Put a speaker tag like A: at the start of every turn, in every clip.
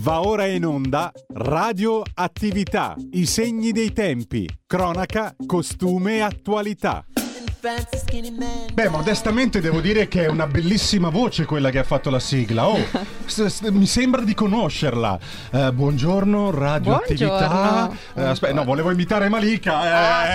A: Va ora in onda Radio Attività, i segni dei tempi, cronaca, costume e attualità.
B: Beh, modestamente devo dire che è una bellissima voce quella che ha fatto la sigla. Oh, mi sembra di conoscerla. Buongiorno, radioattività. Aspetta, no, volevo imitare Malika.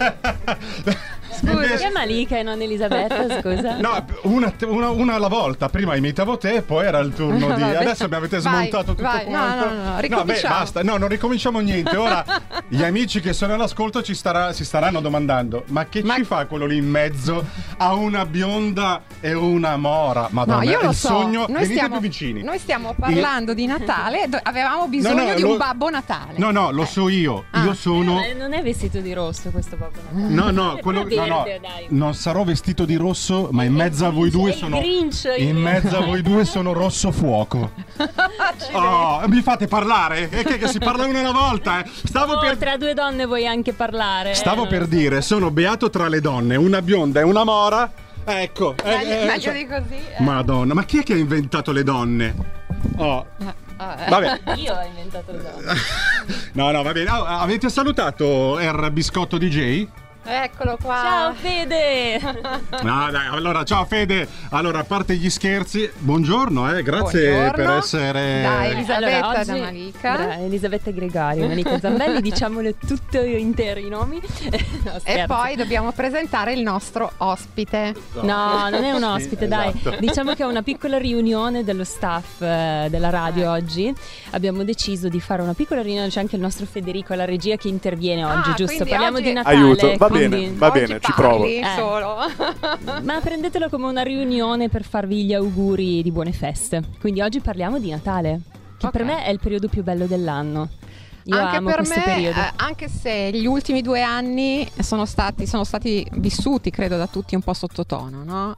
C: Scusa, che è Malika e non Elisabetta, scusa?
B: No, una alla volta. Prima imitavo te, poi era il turno di... Adesso mi avete smontato tutto quanto.
C: No, ricominciamo.
B: Basta. No, non ricominciamo niente. Ora gli amici che sono all'ascolto si staranno domandando: ma che ci fa quello lì in mezzo a una bionda e una mora? Madonna,
D: io
B: è
D: lo
B: il
D: so.
B: sogno. Venite più vicini.
D: Noi stiamo parlando di Natale. Avevamo bisogno di un Babbo Natale.
B: No, lo so io. Io sono...
C: Non è vestito di rosso questo Babbo Natale.
B: No, quello...
C: Verde,
B: no.
C: dai.
B: Non sarò vestito di rosso, ma in mezzo a voi due sono... In mezzo a voi due sono rosso fuoco. Oh, mi fate parlare? È che si parla una alla volta.
C: Tra due donne vuoi anche parlare.
B: Stavo per dire, sono beato tra le donne, una bionda e una mora. Ecco.
D: Meglio di così.
B: Madonna, ma chi è che ha inventato le donne? Oh. Vabbè.
C: Io ho inventato le donne.
B: No, va bene. Avete salutato R Biscotto DJ?
D: Eccolo qua.
C: Ciao Fede.
B: No, dai, allora ciao Fede. Allora, a parte gli scherzi, buongiorno, grazie.
D: Buongiorno.
B: Per essere...
D: Da Elisabetta
C: Allora,
D: da
C: oggi,
D: Malika.
C: Elisabetta Gregario, Malika Zambelli, diciamole tutte interi i nomi. No,
D: E poi dobbiamo presentare il nostro ospite.
C: No, non è un ospite, dai.
B: Esatto.
C: Diciamo che è una piccola riunione dello staff della radio oggi. Abbiamo deciso di fare una piccola riunione, c'è anche il nostro Federico alla regia che interviene oggi, giusto?
D: quindi
C: Parliamo
D: oggi-
C: di Natale.
E: Aiuto, va
C: quindi-
E: bene, va bene, ci provo.
D: Solo.
C: Ma prendetelo come una riunione per farvi gli auguri di buone feste. Quindi oggi parliamo di Natale, che per
D: Ok.
C: me è il periodo più bello dell'anno. Io
D: Anche
C: amo
D: per
C: questo
D: me,
C: periodo.
D: anche se gli ultimi 2 anni sono stati vissuti, credo, da tutti un po' sottotono, no?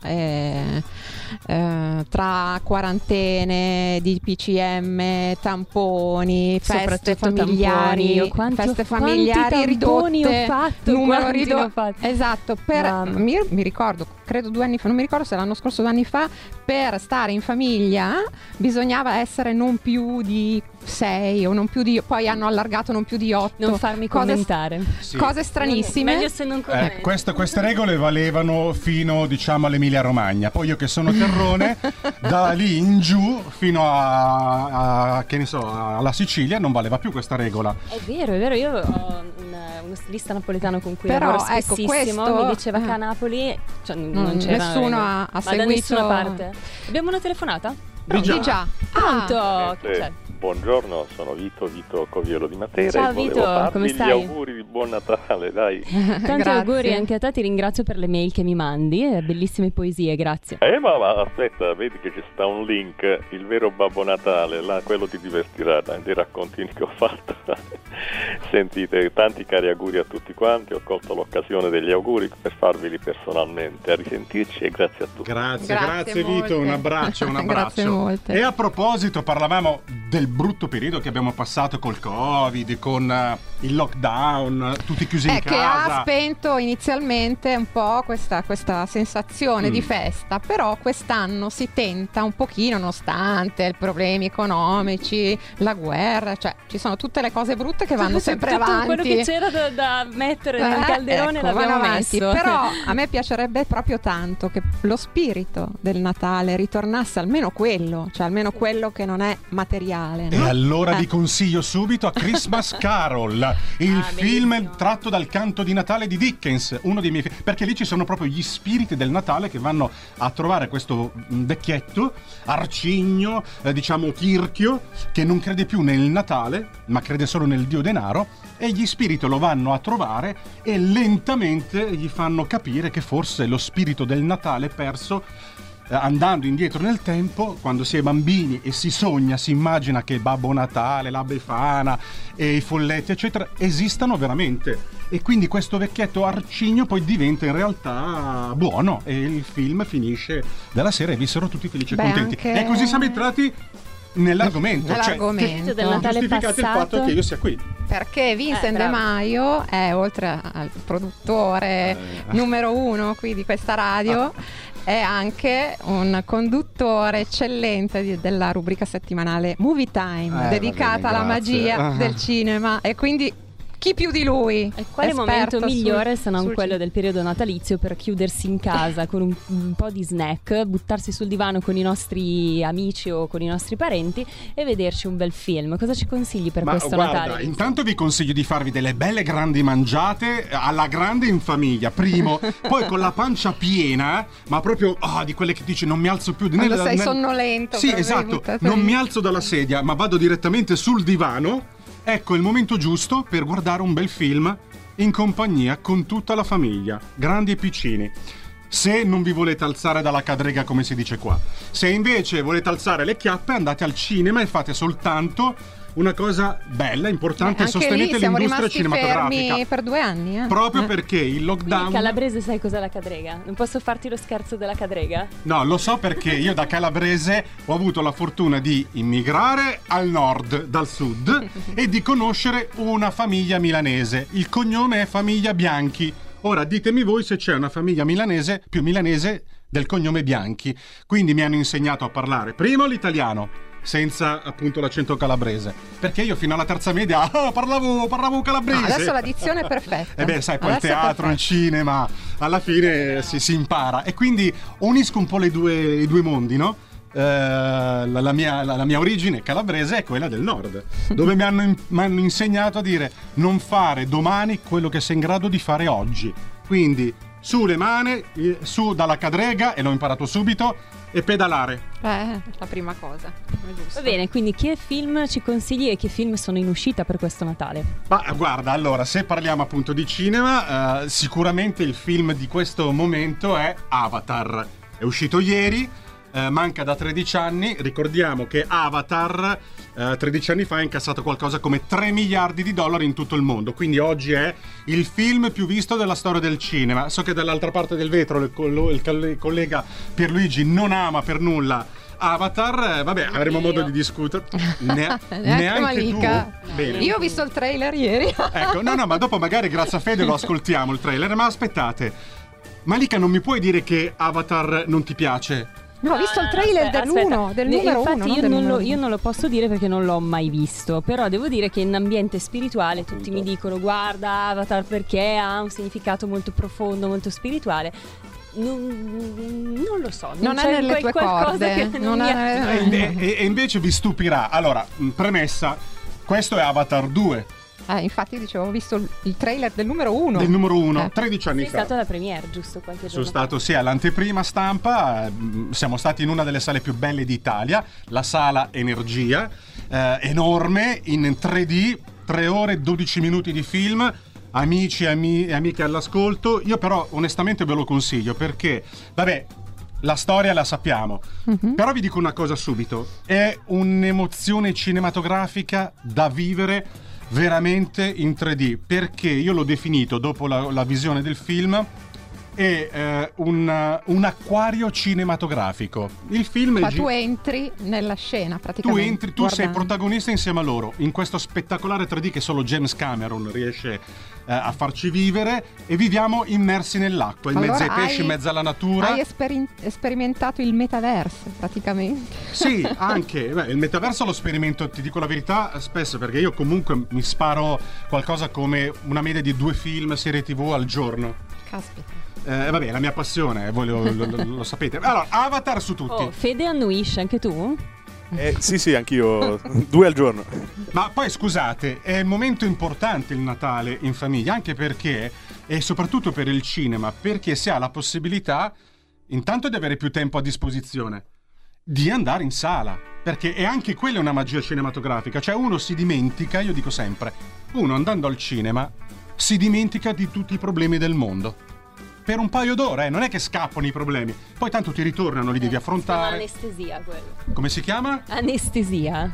D: Tra quarantene, DPCM, tamponi, feste
C: Soprattutto
D: familiari,
C: tamponi. Quanti tamponi
D: ridotte,
C: ho fatto,
D: numero
C: quanti ne ho
D: ridotto.
C: fatti.
D: Esatto,
C: Mamma.
D: mi ricordo, credo 2 anni fa, non mi ricordo se l'anno scorso o 2 anni fa, per stare in famiglia bisognava essere non più di 6 o non più di, poi hanno allargato non più di 8.
C: Non farmi commentare.
B: Sì.
D: Cose stranissime.
C: Meglio se non commenti.
B: Queste regole valevano fino, diciamo, all'Emilia Romagna. Poi io che sono terrone, da lì in giù fino a che ne so, alla Sicilia non valeva più questa regola.
C: È vero, io ho uno stilista napoletano con cui
D: Però,
C: lavoro
D: ecco,
C: spessissimo,
D: questo-
C: mi diceva che a Napoli non c'era
D: nessuno
C: regola.
D: ha
C: Ma
D: seguito-
C: da nessuna parte. Abbiamo una telefonata?
D: Di già.
C: Pronto? Chi c'è?
E: Buongiorno, sono Vito Coviello di Matera.
C: Ciao,
E: e volevo
C: Vito,
E: farvi
C: come
E: gli
C: stai?
E: auguri di buon Natale, dai.
C: Tanti
D: Grazie.
C: auguri anche a te, ti ringrazio per le mail che mi mandi, bellissime poesie, grazie.
E: Ma aspetta, vedi che ci sta un link, il vero Babbo Natale, là, quello ti divertirà dei raccontini che ho fatto. Sentite, tanti cari auguri a tutti quanti, ho colto l'occasione degli auguri per farveli personalmente. A risentirci e grazie a tutti.
B: Grazie Vito,
D: molte.
B: un abbraccio.
D: Grazie molte.
B: E a proposito, parlavamo del brutto periodo che abbiamo passato col Covid, con il lockdown, tutti chiusi in
D: Che
B: casa.
D: ha spento inizialmente un po' questa sensazione di festa, però quest'anno si tenta un pochino, nonostante i problemi economici, la guerra, cioè ci sono tutte le cose brutte che vanno sempre
C: Tutto
D: avanti.
C: quello che c'era da mettere nel calderone
D: ecco,
C: l'abbiamo
D: vanno avanti.
C: messo.
D: Però a me piacerebbe proprio tanto che lo spirito del Natale ritornasse, almeno quello, cioè almeno quello che non è materiale,
B: E
D: no?
B: allora vi consiglio subito A Christmas Carol, il film
C: bellissimo.
B: tratto dal canto di Natale di Dickens, uno dei miei perché lì ci sono proprio gli spiriti del Natale che vanno a trovare questo vecchietto arcigno, diciamo tirchio, che non crede più nel Natale, ma crede solo nel dio denaro, e gli spiriti lo vanno a trovare e lentamente gli fanno capire che forse lo spirito del Natale perso, andando indietro nel tempo, quando si è bambini e si sogna, si immagina che Babbo Natale, la Befana e i folletti eccetera esistano veramente, e quindi questo vecchietto arcigno poi diventa in realtà buono e il film finisce della sera e vissero tutti felici e
D: Beh,
B: contenti.
D: anche-
B: E così siamo entrati nell'argomento,
D: Nell'argomento.
B: cioè
C: del Natale
B: giustificate il
C: passato.
B: fatto che io sia qui.
D: perché Vincent De
C: bravo.
D: Maio è, oltre al produttore numero 1 qui di questa radio, è anche un conduttore eccellente della rubrica settimanale Movie Time, dedicata alla magia del cinema, e quindi chi più di lui?
C: E quale
D: esperto
C: momento migliore se non
D: sul
C: quello del periodo natalizio per chiudersi in casa con un po' di snack, buttarsi sul divano con i nostri amici o con i nostri parenti e vederci un bel film? Cosa ci consigli per questo Natale?
B: Intanto vi consiglio di farvi delle belle grandi mangiate alla grande in famiglia, primo, poi con la pancia piena, ma proprio di quelle che dici non mi alzo più.
D: Quando sei sonnolento.
B: Sì, esatto, non mi alzo dalla sedia, ma vado direttamente sul divano. Ecco il momento giusto per guardare un bel film in compagnia con tutta la famiglia, grandi e piccini. Se non vi volete alzare dalla cadrega, come si dice qua, se invece volete alzare le chiappe, andate al cinema e fate soltanto una cosa bella, importante, sostenete l'industria cinematografica.
D: Fermi per 2 anni.
B: Proprio perché il lockdown.
C: Quindi calabrese, sai cos'è la cadrega? Non posso farti lo scherzo della cadrega?
B: No, lo so perché io da calabrese ho avuto la fortuna di immigrare al nord, dal sud, e di conoscere una famiglia milanese. Il cognome è famiglia Bianchi. Ora ditemi voi se c'è una famiglia milanese più milanese del cognome Bianchi. Quindi mi hanno insegnato a parlare prima l'italiano, senza appunto l'accento calabrese, perché io fino alla terza media parlavo calabrese.
D: No, adesso la dizione è perfetta.
B: E beh, sai, poi il teatro, il cinema, alla fine si impara, e quindi unisco un po' i due mondi, no? La mia origine calabrese è quella del nord, dove mi hanno insegnato a dire non fare domani quello che sei in grado di fare oggi. Quindi su le mani, su dalla cadrega, e l'ho imparato subito, e pedalare.
D: La prima cosa.
C: Va bene, quindi che film ci consigli e che film sono in uscita per questo Natale?
B: Ma guarda, allora, se parliamo appunto di cinema, sicuramente il film di questo momento è Avatar. È uscito ieri, manca da 13 anni. Ricordiamo che Avatar 13 anni fa ha incassato qualcosa come 3 miliardi di dollari in tutto il mondo, quindi oggi è il film più visto della storia del cinema. So che dall'altra parte del vetro il collega Pierluigi non ama per nulla Avatar, vabbè, avremo modo di discutere. Neanche tu. Bene.
D: Io ho visto il trailer ieri.
B: Ecco, no, ma dopo magari grazie a Fede lo ascoltiamo il trailer. Ma aspettate, Malika, non mi puoi dire che Avatar non ti piace?
D: No, ho visto il trailer del numero 1.
C: Infatti io non lo posso dire perché non l'ho mai visto, però devo dire che in ambiente spirituale tutti mi dicono guarda Avatar perché ha un significato molto profondo, molto spirituale. Non lo so,
D: non è nelle tue corde.
B: E invece vi stupirà. Allora, premessa, questo è Avatar 2.
D: Infatti dicevo, ho visto il trailer del numero 1.
B: Del numero 1, 13 anni fa.
C: Sei stato alla premiere, giusto? Qualche giorno
B: Sono stato, sì, all'anteprima stampa. Siamo stati in una delle sale più belle d'Italia, la Sala Energia, enorme, in 3D, 3 ore, 12 minuti di film. Amici e amiche all'ascolto. Io però onestamente ve lo consiglio perché, vabbè, la storia la sappiamo, però vi dico una cosa subito: è un'emozione cinematografica da vivere veramente in 3D, perché io l'ho definito, dopo la visione del film, è un acquario cinematografico. Il film
D: ma tu entri nella scena praticamente.
B: Tu sei protagonista insieme a loro in questo spettacolare 3D che solo James Cameron riesce a farci vivere, e viviamo immersi nell'acqua, in mezzo ai pesci, in mezzo alla natura.
D: Hai sperimentato il metaverso praticamente.
B: Sì, anche il metaverso lo sperimento, ti dico la verità, spesso, perché io comunque mi sparo qualcosa come una media di 2 film, serie TV al giorno.
D: Caspita.
B: Vabbè, la mia passione, voi lo sapete. Allora, Avatar su tutti.
C: Fede annuisce anche tu?
F: Sì, anch'io 2 al giorno.
B: Ma poi scusate, è un momento importante il Natale in famiglia, anche perché, e soprattutto per il cinema, perché si ha la possibilità intanto di avere più tempo a disposizione, di andare in sala, perché è anche quella una magia cinematografica. Cioè uno si dimentica, io dico sempre, uno andando al cinema si dimentica di tutti i problemi del mondo. Per un paio d'ore, non è che scappano i problemi. Poi tanto ti ritornano, li devi affrontare.
C: Anestesia quello.
B: Come si chiama?
C: Anestesia.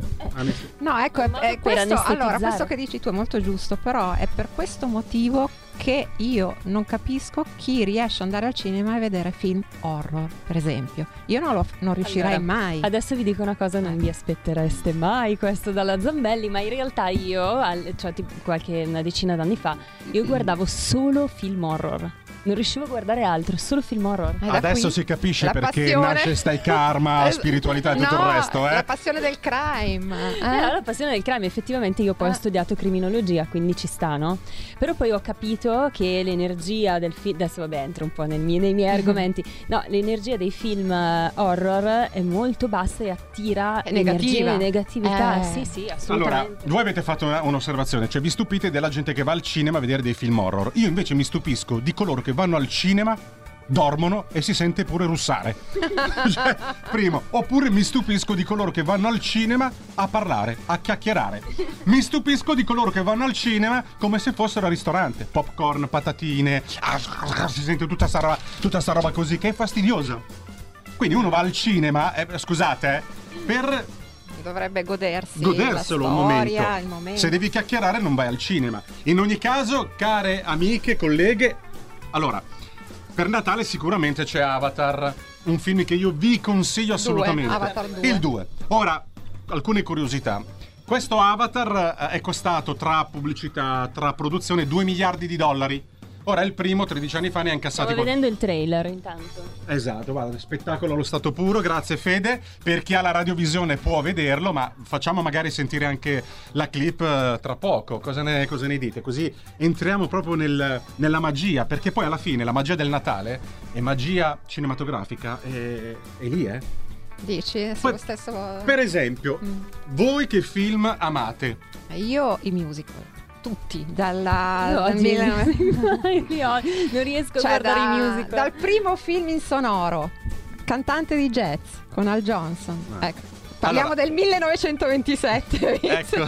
D: No, ecco,
C: è
D: questo che dici tu è molto giusto, però è per questo motivo che io non capisco chi riesce ad andare al cinema e vedere film horror, per esempio. Io non riuscirei
C: Allora,
D: mai.
C: Adesso vi dico una cosa, non vi aspettereste mai questo dalla Zambelli, ma in realtà io, cioè tipo una decina d'anni fa, io guardavo solo film horror. Non riuscivo a guardare altro, solo film horror.
D: Da
B: Adesso
D: qui
B: si capisce
D: la
B: perché
D: passione.
B: nasce stai karma, spiritualità e tutto
D: No,
B: il resto,
D: la passione del crime.
C: La passione del crime, effettivamente io poi ho studiato criminologia, quindi ci sta, no? Però poi ho capito che l'energia del film, adesso vabbè entro un po' nei miei argomenti, no, l'energia dei film horror è molto bassa e attira
D: È negativa.
C: energie e negatività.
D: Eh.
C: Sì,
B: Allora,
C: assolutamente.
B: voi avete fatto un'osservazione, cioè vi stupite della gente che va al cinema a vedere dei film horror. Io invece mi stupisco di coloro che vanno al cinema, dormono e si sente pure russare. Cioè, primo. Oppure mi stupisco di coloro che vanno al cinema a parlare, a chiacchierare. Mi stupisco di coloro che vanno al cinema come se fossero al ristorante. Popcorn, patatine, si sente tutta sta roba così che è fastidiosa. Quindi uno va al cinema, scusate, per
D: Dovrebbe
B: goderselo
D: la storia, il momento.
B: Se devi chiacchierare non vai al cinema. In ogni caso, care amiche, colleghe, allora, per Natale sicuramente c'è Avatar, un film che io vi consiglio assolutamente.
D: Avatar 2.
B: Il 2. Ora, alcune curiosità. Questo Avatar è costato tra pubblicità, tra produzione $2 miliardi. Ora il primo, 13 anni fa, ne ha incassati.
C: Stavo vedendo il trailer intanto.
B: Esatto, guarda, spettacolo allo stato puro, grazie Fede. Per chi ha la radiovisione può vederlo, ma facciamo magari sentire anche la clip tra poco. Cosa ne dite? Così entriamo proprio nella magia, perché poi alla fine la magia del Natale è magia cinematografica, è lì,
D: Dici?
B: Poi,
D: Lo stesso.
B: Per esempio, voi che film amate?
D: Io i musical. Tutti,
C: Io
D: dal
C: oggi
D: 1900.
C: io non riesco a
D: Cioè,
C: guardare i musical.
D: dal primo film in sonoro, cantante di jazz con Al Johnson. Ecco, parliamo
B: Allora,
D: del 1927.
B: ecco.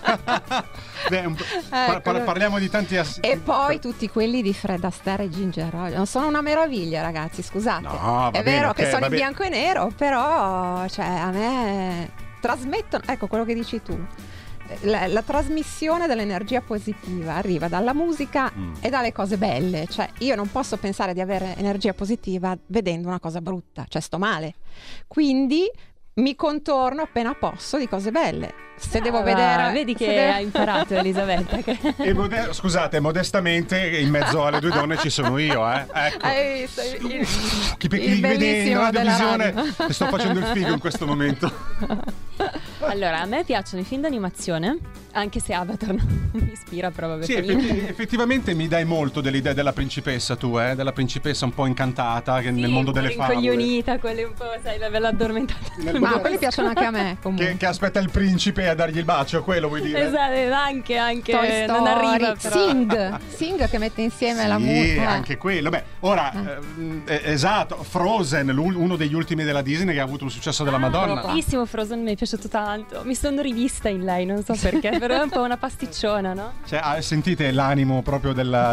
B: Beh, parliamo di tanti
D: E poi tutti quelli di Fred Astaire e Ginger Rogers. Sono una meraviglia, ragazzi, scusate.
B: No, va
D: è
B: bene,
D: vero
B: ok,
D: che sono
B: va
D: in
B: bene.
D: bianco e nero, però cioè, a me trasmettono, ecco quello che dici tu. La trasmissione dell'energia positiva arriva dalla musica e dalle cose belle. Cioè, io non posso pensare di avere energia positiva vedendo una cosa brutta, cioè sto male. Quindi mi contorno appena posso di cose belle. Se devo vedere,
C: vedi che
D: se devo-
C: ha imparato Elisabetta che...
B: E scusate, modestamente in mezzo alle due donne ci sono io, Ecco.
D: Hai visto
B: Chi vede
D: il
B: in
D: bellissimo della
B: radiovisione
D: radio.
B: sto facendo il figo in questo momento.
C: Allora, a me piacciono i film d'animazione, anche se Avatar non mi ispira, però vabbè.
B: Sì,
C: fa niente.
B: effettivamente mi dai molto dell'idea della principessa tu, della principessa un po' incantata che nel mondo delle favole.
C: Rincoglionita, quelle un po', sai, la bella addormentata.
D: Ma quelli piacciono anche a me comunque.
B: Che aspetta il principe a dargli il bacio, quello vuoi dire?
C: Esatto, anche
D: Toy
C: non
D: Story,
C: arriva però.
D: Sing che mette insieme
B: Sì,
D: la musica.
B: anche quello. Beh, ora, esatto, Frozen, uno degli ultimi della Disney che ha avuto un successo della Madonna.
C: Bellissimo Frozen, mi è piaciuto tanto. Mi sono rivista in lei, non so perché, però è un po' una pasticciona, no?
B: Cioè, sentite l'animo proprio della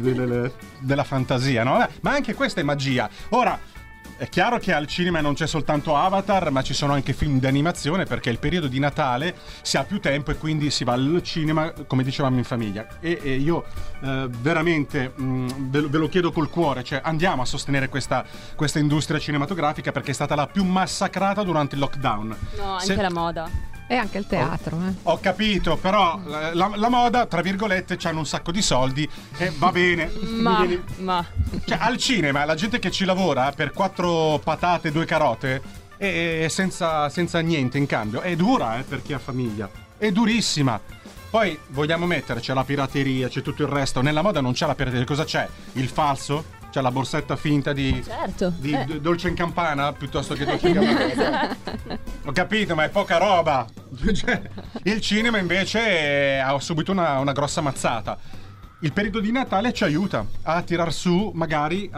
B: fantasia, no? Ma anche questa è magia. Ora, è chiaro che al cinema non c'è soltanto Avatar, ma ci sono anche film di animazione, perché è il periodo di Natale, si ha più tempo e quindi si va al cinema, come dicevamo, in famiglia. E io veramente ve lo chiedo col cuore, cioè andiamo a sostenere questa industria cinematografica, perché è stata la più massacrata durante il lockdown.
C: No, anche la moda.
D: E anche il teatro.
B: Ho capito, però la moda, tra virgolette, c'hanno un sacco di soldi e va bene.
C: Ma
B: Cioè, al cinema la gente che ci lavora per 4 patate e 2 carote e senza niente in cambio è dura, per chi ha famiglia. È durissima. Poi vogliamo mettere, c'è la pirateria, c'è tutto il resto. Nella moda non c'è la pirateria. Cosa c'è? Il falso? C'è la borsetta finta di
C: certo.
B: Dolce in Campana piuttosto che Dolce in Campana. Ho capito, ma è poca roba. Cioè, il cinema invece ha subito una grossa mazzata. Il periodo di Natale ci aiuta a tirar su magari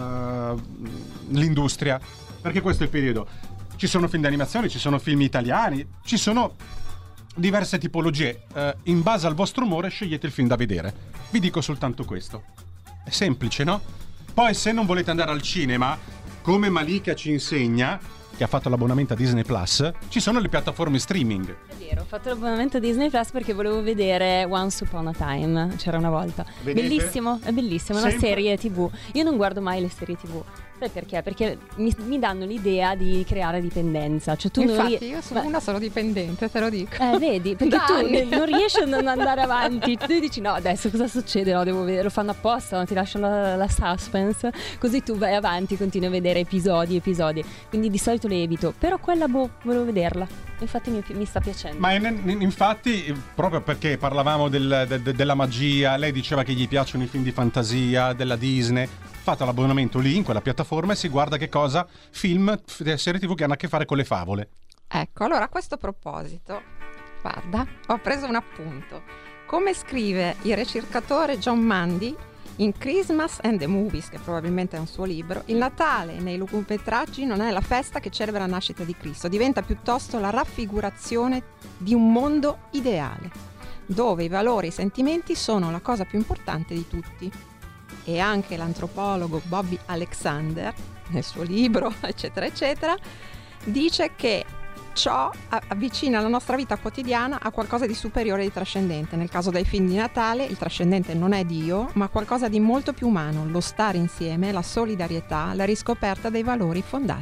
B: l'industria, perché questo è il periodo. Ci sono film d'animazione, ci sono film italiani, ci sono diverse tipologie. In base al vostro umore scegliete il film da vedere. Vi dico soltanto questo. È semplice, no? Poi se non volete andare al cinema, come Malika ci insegna, che ha fatto l'abbonamento a Disney Plus, ci sono le piattaforme streaming.
C: È vero, ho fatto l'abbonamento a Disney Plus perché volevo vedere Once Upon a Time, c'era una volta.
B: Vedete?
C: Bellissimo, è bellissimo, è una
B: Sempre.
C: serie TV. Io non guardo mai le serie TV. Sai perché? Perché mi danno l'idea di creare dipendenza. Cioè tu
D: Infatti io sono dipendente, te lo dico.
C: vedi, perché
D: Da
C: tu
D: anni.
C: non riesci a non andare avanti. Tu dici no, adesso cosa succede? No, devo vedere, lo fanno apposta, no? Ti lasciano la suspense. Così tu vai avanti, continui a vedere episodi. Quindi di solito le evito. Però quella volevo vederla. Infatti mi sta piacendo.
B: Ma infatti, proprio perché parlavamo della magia, lei diceva che gli piacciono i film di fantasia, della Disney. Fate l'abbonamento lì in quella piattaforma e si guarda che cosa, film, serie TV che hanno a che fare con le favole.
D: Ecco, allora a questo proposito, guarda, ho preso un appunto. Come scrive il ricercatore John Mundy in Christmas and the Movies, che probabilmente è un suo libro, il Natale nei lungometraggi non è la festa che celebra la nascita di Cristo, diventa piuttosto la raffigurazione di un mondo ideale, dove i valori e i sentimenti sono la cosa più importante di tutti. E anche l'antropologo Bobby Alexander, nel suo libro, eccetera, eccetera, dice che ciò avvicina la nostra vita quotidiana a qualcosa di superiore e di trascendente. Nel caso dei film di Natale, il trascendente non è Dio, ma qualcosa di molto più umano, lo stare insieme, la solidarietà, la riscoperta dei valori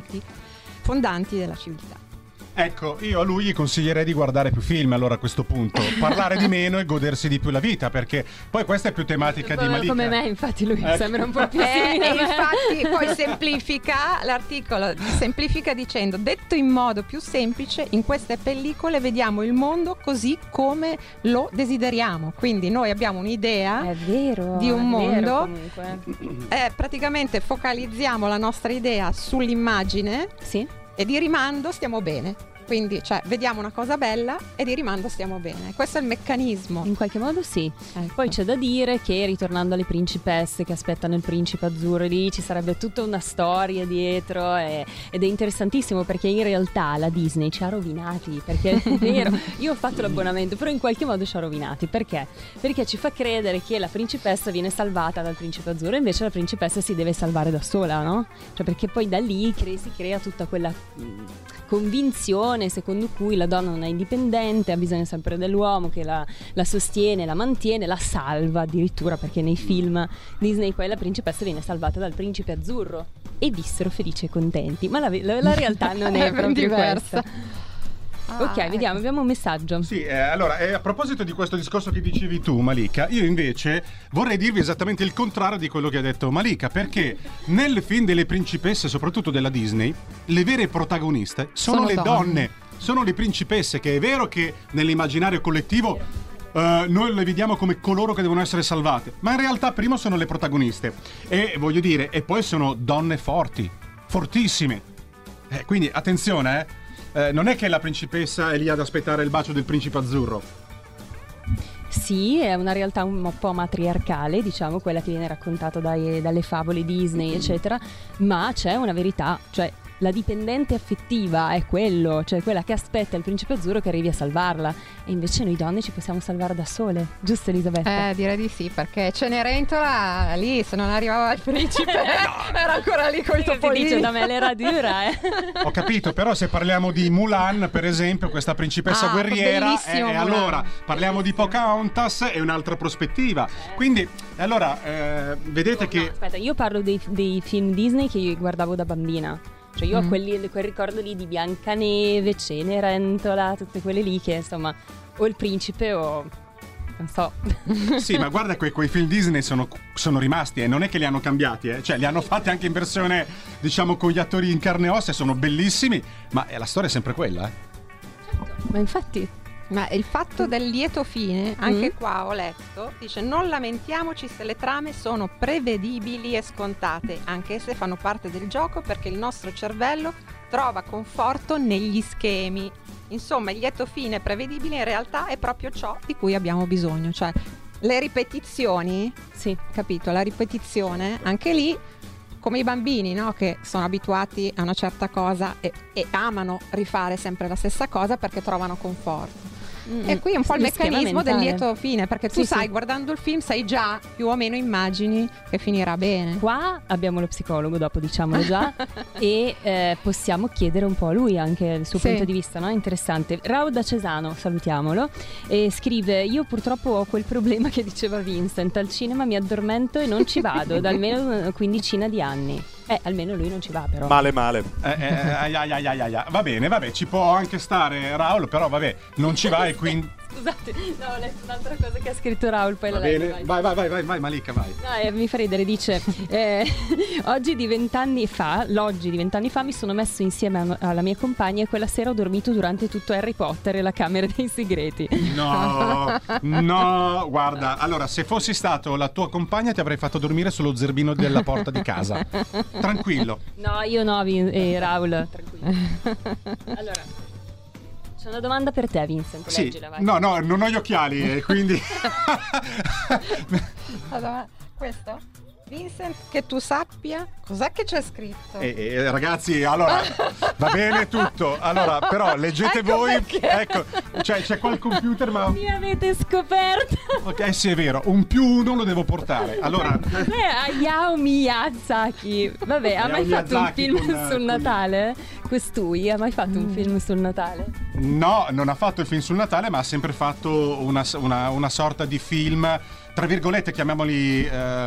D: fondanti della civiltà.
B: Ecco, io a lui gli consiglierei di guardare più film allora a questo punto, parlare di meno e godersi di più la vita, perché poi questa è più tematica di Malika.
C: Come me, infatti lui sembra un po' più
D: E
C: simile a me.
D: infatti poi semplifica l'articolo, semplifica dicendo: detto in modo più semplice, in queste pellicole vediamo il mondo così come lo desideriamo, quindi noi abbiamo un'idea
C: È vero,
D: di un
C: è
D: mondo,
C: vero, comunque.
D: praticamente focalizziamo la nostra idea sull'immagine
C: Sì.
D: e di rimando stiamo bene. Quindi, cioè, vediamo una cosa bella e di rimando stiamo bene. Questo è il meccanismo.
C: In qualche modo sì.
D: Ecco.
C: Poi c'è da dire che, ritornando alle principesse che aspettano il principe azzurro, lì ci sarebbe tutta una storia dietro ed è interessantissimo, perché in realtà la Disney ci ha rovinati, perché è vero, io ho fatto l'abbonamento, però in qualche modo ci ha rovinati. Perché? Perché ci fa credere che la principessa viene salvata dal principe azzurro, invece la principessa si deve salvare da sola, no? Cioè, perché poi da lì si crea tutta quella convinzione secondo cui la donna non è indipendente, ha bisogno sempre dell'uomo che la sostiene, la mantiene, la salva addirittura, perché nei film Disney poi la principessa viene salvata dal principe azzurro e vissero felici e contenti, ma la realtà non è proprio
D: diversa.
C: questa. Ok, vediamo, abbiamo un messaggio.
B: Sì, allora, a proposito di questo discorso che dicevi tu, Malika, io invece vorrei dirvi esattamente il contrario di quello che ha detto Malika, perché nel film delle principesse, soprattutto della Disney, le vere protagoniste sono le donne, sono le principesse, che è vero che nell'immaginario collettivo noi le vediamo come coloro che devono essere salvate, ma in realtà prima sono le protagoniste, e voglio dire, e poi sono donne forti, fortissime, quindi attenzione, non è che la principessa è lì ad aspettare il bacio del principe azzurro.
C: Sì, è una realtà un po' matriarcale, diciamo, quella che viene raccontata dalle favole Disney, eccetera, ma c'è una verità, cioè la dipendente affettiva è quello, cioè quella che aspetta il principe azzurro che arrivi a salvarla, e invece noi donne ci possiamo salvare da sole, giusto Elisabetta?
D: Direi di sì, perché Cenerentola lì, se non arrivava il principe, era ancora lì con i topolini.
C: Dice da me l'era dura,
B: Ho capito, però se parliamo di Mulan, per esempio, questa principessa guerriera,
D: bellissimo Mulan.
B: allora parliamo di Pocahontas, è un'altra prospettiva. Quindi, allora, vedete che...
C: No, aspetta, io parlo dei film Disney che io guardavo da bambina. Cioè io ho quel ricordo lì di Biancaneve, Cenerentola, tutte quelle lì che insomma o il principe o non so.
B: Sì, ma guarda, quei film Disney sono rimasti, e non è che li hanno cambiati, cioè li hanno fatti anche in versione, diciamo, con gli attori in carne e ossa, e sono bellissimi, ma la storia è sempre quella.
C: Ma infatti
D: Ma il fatto del lieto fine, anche qua ho letto, dice: non lamentiamoci se le trame sono prevedibili e scontate, anche se fanno parte del gioco, perché il nostro cervello trova conforto negli schemi. Insomma, il lieto fine prevedibile in realtà è proprio ciò di cui abbiamo bisogno, cioè le ripetizioni,
C: sì,
D: capito? La ripetizione, anche lì, come i bambini, no? Che sono abituati a una certa cosa e amano rifare sempre la stessa cosa perché trovano conforto. E qui è un po' il
C: Lo schema
D: meccanismo del
C: mentale.
D: lieto fine, perché tu
C: Sì,
D: sai,
C: sì.
D: guardando il film sai già, più o meno immagini che finirà bene.
C: Qua abbiamo lo psicologo, dopo diciamolo già, e possiamo chiedere un po' a lui anche il suo
D: Sì.
C: punto di vista, no? Interessante. Raul da Cesano, salutiamolo, e scrive: io purtroppo ho quel problema che diceva Vincent, al cinema mi addormento e non ci vado da almeno una quindicina di anni. Almeno lui non ci va, però.
F: Male.
B: Va bene, vabbè, ci può anche stare Raul, però vabbè, non ci va e quindi...
C: Scusate, no, ho letto un'altra cosa che ha scritto Raul, poi
B: Va
C: la leggo,
B: bene,
C: vai.
B: vai Malika, vai.
C: No, mi fa ridere, dice l'oggi di 20 anni fa mi sono messo insieme alla mia compagna e quella sera ho dormito durante tutto Harry Potter e la Camera dei Segreti.
B: No, guarda, allora se fossi stato la tua compagna ti avrei fatto dormire sullo zerbino della porta di casa. Tranquillo.
C: No, io no, Raul, tranquillo. Allora, c'è una domanda per te, Vincent,
B: Sì,
C: leggila, vai.
B: no, non ho gli occhiali, quindi...
D: Allora, questo? Vincent, che tu sappia, cos'è che c'è scritto?
B: Ragazzi, allora va bene tutto. Allora, però leggete
D: Ecco
B: voi.
D: perché.
B: Ecco, cioè c'è qua il computer, ma
C: Mi avete scoperto.
B: ok, sì, è vero, un +1 lo devo portare. Allora,
C: Hayao Miyazaki. Vabbè, ha mai
B: Hayao
C: fatto un
B: Miyazaki
C: film
B: con-
C: sul Natale? Questui ha mai fatto un film sul Natale?
B: no, non ha fatto il film sul Natale, ma ha sempre fatto una sorta di film, tra virgolette, chiamiamoli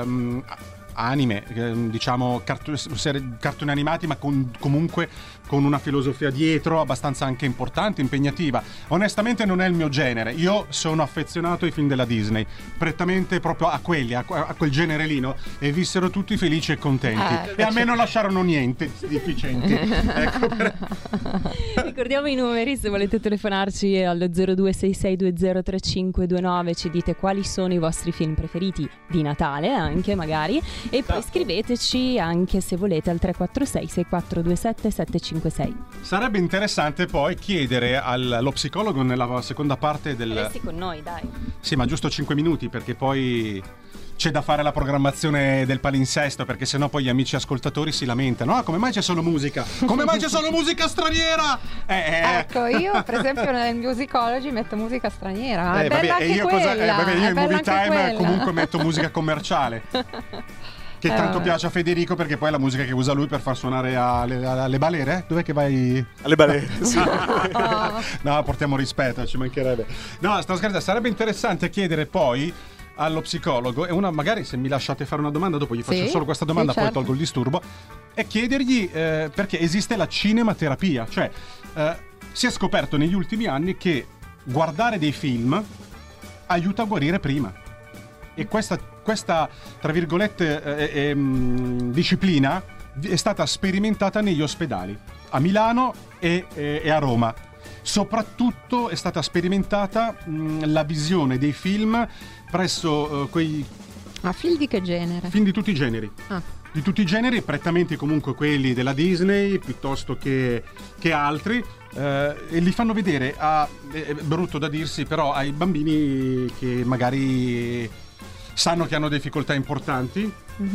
B: anime, diciamo cartoni animati, ma comunque con una filosofia dietro abbastanza anche importante, impegnativa. Onestamente non è il mio genere. Io sono affezionato ai film della Disney, prettamente proprio a quelli, a quel genere lì, no? E vissero tutti felici e contenti. E a me non lasciarono niente di deficienti. Ecco,
C: Ricordiamo i numeri se volete telefonarci al 0266203529, ci dite quali sono i vostri film preferiti di Natale anche magari, e poi scriveteci anche se volete al 346 6427 756.
B: sarebbe interessante poi chiedere allo psicologo nella seconda parte del...
C: Resti con noi, dai.
B: Sì, ma giusto 5 minuti, perché poi c'è da fare la programmazione del palinsesto, perché sennò poi gli amici ascoltatori si lamentano. Ah, come mai c'è solo musica? Come mai c'è solo musica straniera?
D: Ecco, io per esempio nel Musicology metto musica straniera, ma è bella
B: vabbè,
D: anche
B: e io
D: quella.
B: vabbè, io
D: è
B: in
D: bella
B: Movie
D: anche
B: Time
D: quella.
B: comunque metto musica commerciale. Che tanto
D: vabbè.
B: piace a Federico, perché poi è la musica che usa lui per far suonare alle balere. Dov'è che vai?
F: Alle balere. Sì.
B: No, portiamo rispetto, ci mancherebbe. No, sto scherzando, sarebbe interessante chiedere poi allo psicologo, e una magari se mi lasciate fare una domanda dopo gli faccio
D: Sì,
B: solo questa domanda,
D: sì,
B: poi
D: certo.
B: tolgo il disturbo, e chiedergli perché esiste la cinematerapia, cioè si è scoperto negli ultimi anni che guardare dei film aiuta a guarire prima, e questa tra virgolette disciplina è stata sperimentata negli ospedali a Milano e a Roma. Soprattutto è stata sperimentata la visione dei film presso quei
D: Ma film di che genere?
B: film di tutti i generi.
D: Ah.
B: Di tutti i generi, prettamente comunque quelli della Disney piuttosto che altri, e li fanno vedere è brutto da dirsi, però ai bambini che magari sanno che hanno difficoltà importanti,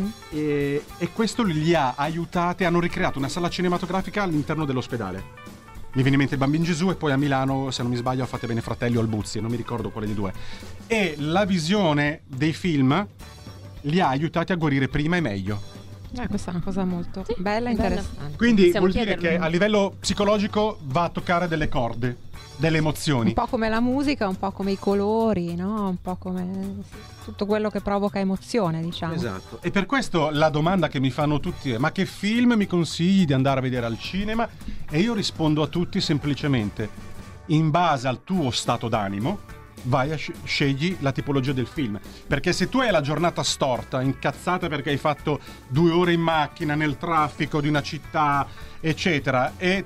B: e questo li ha aiutati, hanno ricreato una sala cinematografica all'interno dell'ospedale. Mi viene in mente il Bambin Gesù, e poi a Milano, se non mi sbaglio, a Fate Bene Fratelli o al Buzzi, non mi ricordo quale dei due. E la visione dei film li ha aiutati a guarire prima e meglio.
D: Questa è una cosa molto bella e
C: bella.
D: interessante.
B: Quindi
C: Possiamo
B: vuol dire
C: chiederlo.
B: che a livello psicologico va a toccare delle corde, delle emozioni.
D: Un po' come la musica, un po' come i colori, no? Un po' come tutto quello che provoca emozione, diciamo.
B: Esatto. E per questo la domanda che mi fanno tutti è: ma che film mi consigli di andare a vedere al cinema? E io rispondo a tutti semplicemente: in base al tuo stato d'animo vai a scegli la tipologia del film, perché se tu hai la giornata storta, incazzata perché hai fatto 2 ore in macchina nel traffico di una città eccetera, e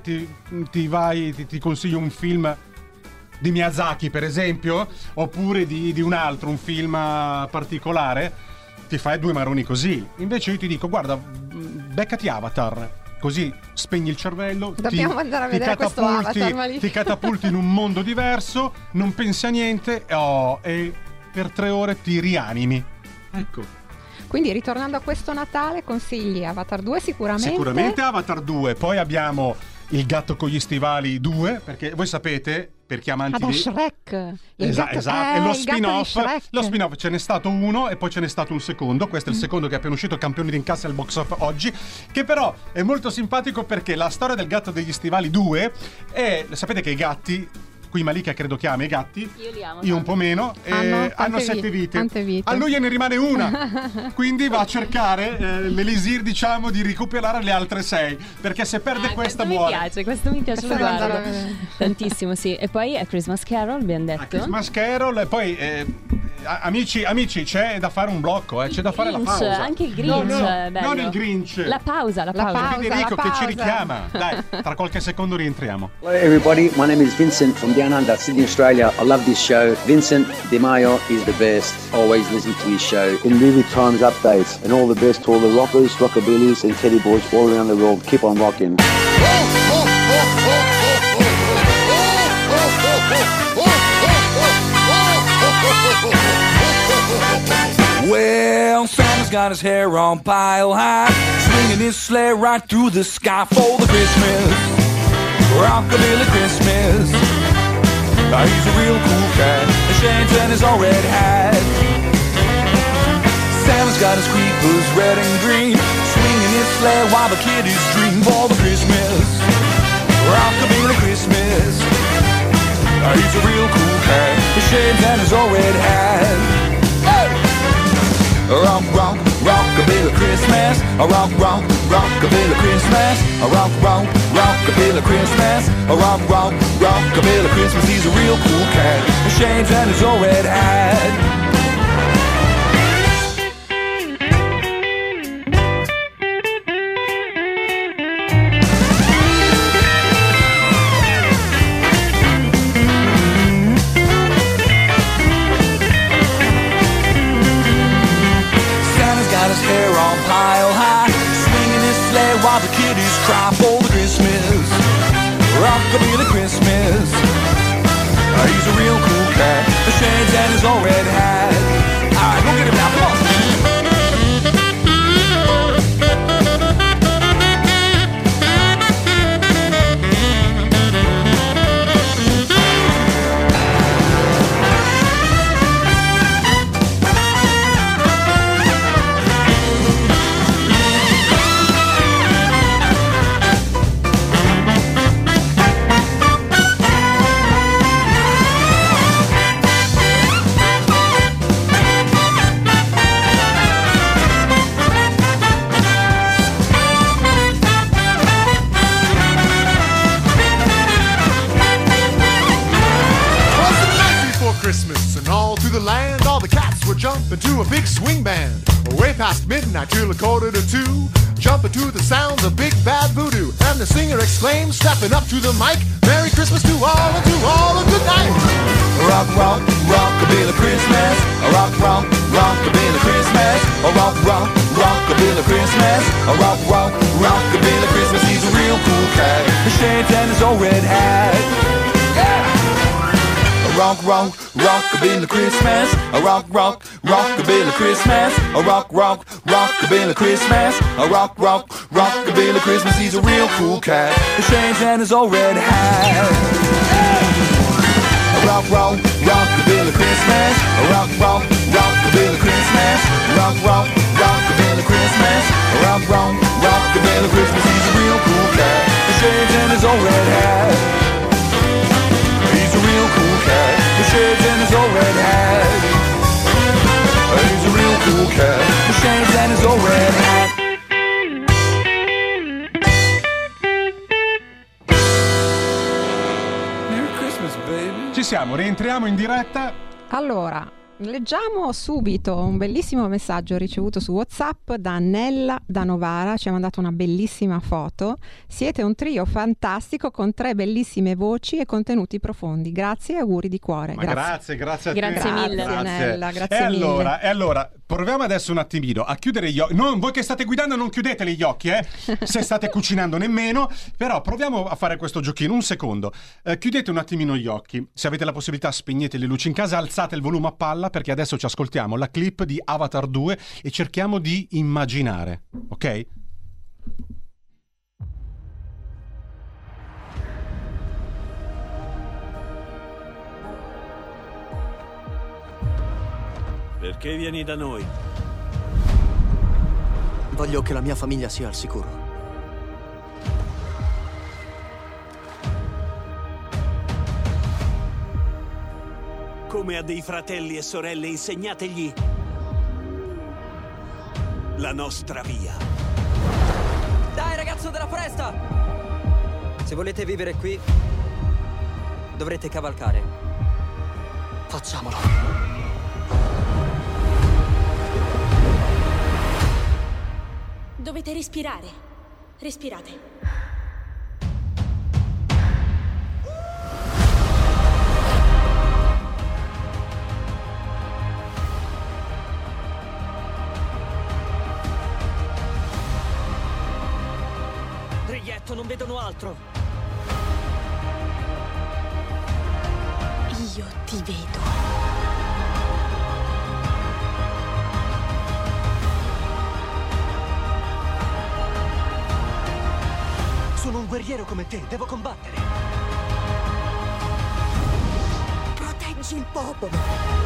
B: ti consiglio un film di Miyazaki per esempio, oppure di un altro, un film particolare, ti fai 2 maroni così. Invece io ti dico: guarda, beccati Avatar, così spegni il cervello,
D: Dobbiamo andare a vedere questo Avatar, ma lì-
B: ti catapulti in un mondo diverso, non pensi a niente, e per 3 ore ti rianimi. Ecco,
D: Quindi ritornando a questo Natale, consigli Avatar 2 sicuramente.
B: sicuramente Avatar 2. Poi abbiamo Il gatto con gli stivali 2, perché voi sapete, per chi amanti
D: da Shrek.
B: Esatto, e lo
D: il gatto di Shrek.
B: spin-off ce n'è stato uno e poi ce n'è stato un secondo. Questo è il secondo che è appena uscito, campione di incassi al box office oggi, che però è molto simpatico perché la storia del gatto degli stivali 2 è, sapete che i gatti, qui Malika credo che ama i gatti,
C: Io li amo.
B: io un po' meno, hanno 7 vite.
D: Tante vite.
B: A lui gliene rimane una, quindi va a cercare l'elisir, diciamo, di recuperare le altre 6, perché se perde questa muore.
C: Questo mi piace, lo
D: Questo lo
C: guardo
D: andare a vedere.
C: tantissimo, sì. E poi a Christmas Carol abbiamo detto.
B: A Christmas Carol, e poi amici, c'è da fare un blocco, c'è da fare la
C: Grinch,
B: pausa.
C: anche il Grinch, bello.
B: non il Grinch.
C: La pausa.
B: Federico
D: la
B: che ci
D: pausa.
B: richiama. Dai, tra qualche secondo rientriamo.
G: Hello everybody, my name is Vincent from Down Under, Sydney, Australia. I love this show. Vincent De Maio is the best. Always listen to his show.
H: In movie times updates, and all the best to all the rockers, rockabillys and teddy boys all around the world. Keep on rocking.
I: Well, Santa's got his hair on pile high, swinging his sleigh right through the sky for the Christmas, rockabilly Christmas. He's a real cool cat, the shades and his old red hat. Santa's got his creepers red and green, swinging his sleigh while the kiddies dream for the Christmas, rockabilly Christmas. He's a real cool cat, the shades and his old red hat. Rock, rock, rockabilly Christmas. Rock, rock, rockabilly Christmas. Rock, rock, rockabilly Christmas. Rock, rock, rockabilly Christmas. He's a real cool cat, the shades and his old red hat. Hair on pile high, swinging his sleigh while the kiddies cry for the Christmas, rockabilly Christmas. He's a real cool cat, the shades and his old red hat. Alright, go get him now, come on.
J: Jumping to a big swing band, way past midnight till 1:45. Jumping to the sounds of Big Bad Voodoo, and the singer exclaims, stepping up to the mic, Merry Christmas to all, and to all a good night.
I: Rock, rock, rockabilly Christmas. Rock, rock, rockabilly Christmas. Rock, rock, rockabilly Christmas. Rock, rock, rockabilly Christmas. He's a real cool cat, the shades and his old red hat. Yeah! Rock, rock, rockabilly Christmas. Rock, rock, rockabilly Christmas. Rock, rock, rockabilly Christmas. Rock, rock, rockabilly Christmas. He's a real cool cat, the shades and his old red hat. Rock, rock, rockabilly Christmas. Rock, rock, rockabilly Christmas. Rock, rock, rockabilly Christmas. Rock, rock, rockabilly Christmas. He's a real cool cat, the shades and his old red hat. He's a real cool cat, the shades and his old red hat. He's a real cool cat, the shades and his old red hat. Merry Christmas, baby.
B: Ci siamo, rientriamo in diretta.
D: Allora, leggiamo subito un bellissimo messaggio ricevuto su WhatsApp da Nella da Novara. Ci ha mandato una bellissima foto. Siete un trio fantastico con 3 bellissime voci e contenuti profondi. Grazie e auguri di cuore.
B: Ma grazie a te.
C: Grazie mille.
D: Grazie, Nella, grazie
B: e
D: mille.
B: allora, proviamo adesso un attimino a chiudere gli occhi. Voi che state guidando non chiudete gli occhi, se state cucinando nemmeno. Però proviamo a fare questo giochino, un secondo. Chiudete un attimino gli occhi. Se avete la possibilità spegnete le luci in casa, alzate il volume a palla, perché adesso ci ascoltiamo la clip di Avatar 2 e cerchiamo di immaginare, ok?
K: Perché vieni da noi?
L: Voglio che la mia famiglia sia al sicuro.
K: Come a dei fratelli e sorelle, insegnategli la nostra via.
M: Dai, ragazzo della foresta! Se volete vivere qui, dovrete cavalcare.
L: Facciamolo.
N: Dovete respirare. Respirate.
M: Reietto, non vedono altro.
N: Io ti vedo.
L: Sono un guerriero come te, devo combattere.
N: Proteggi il popolo.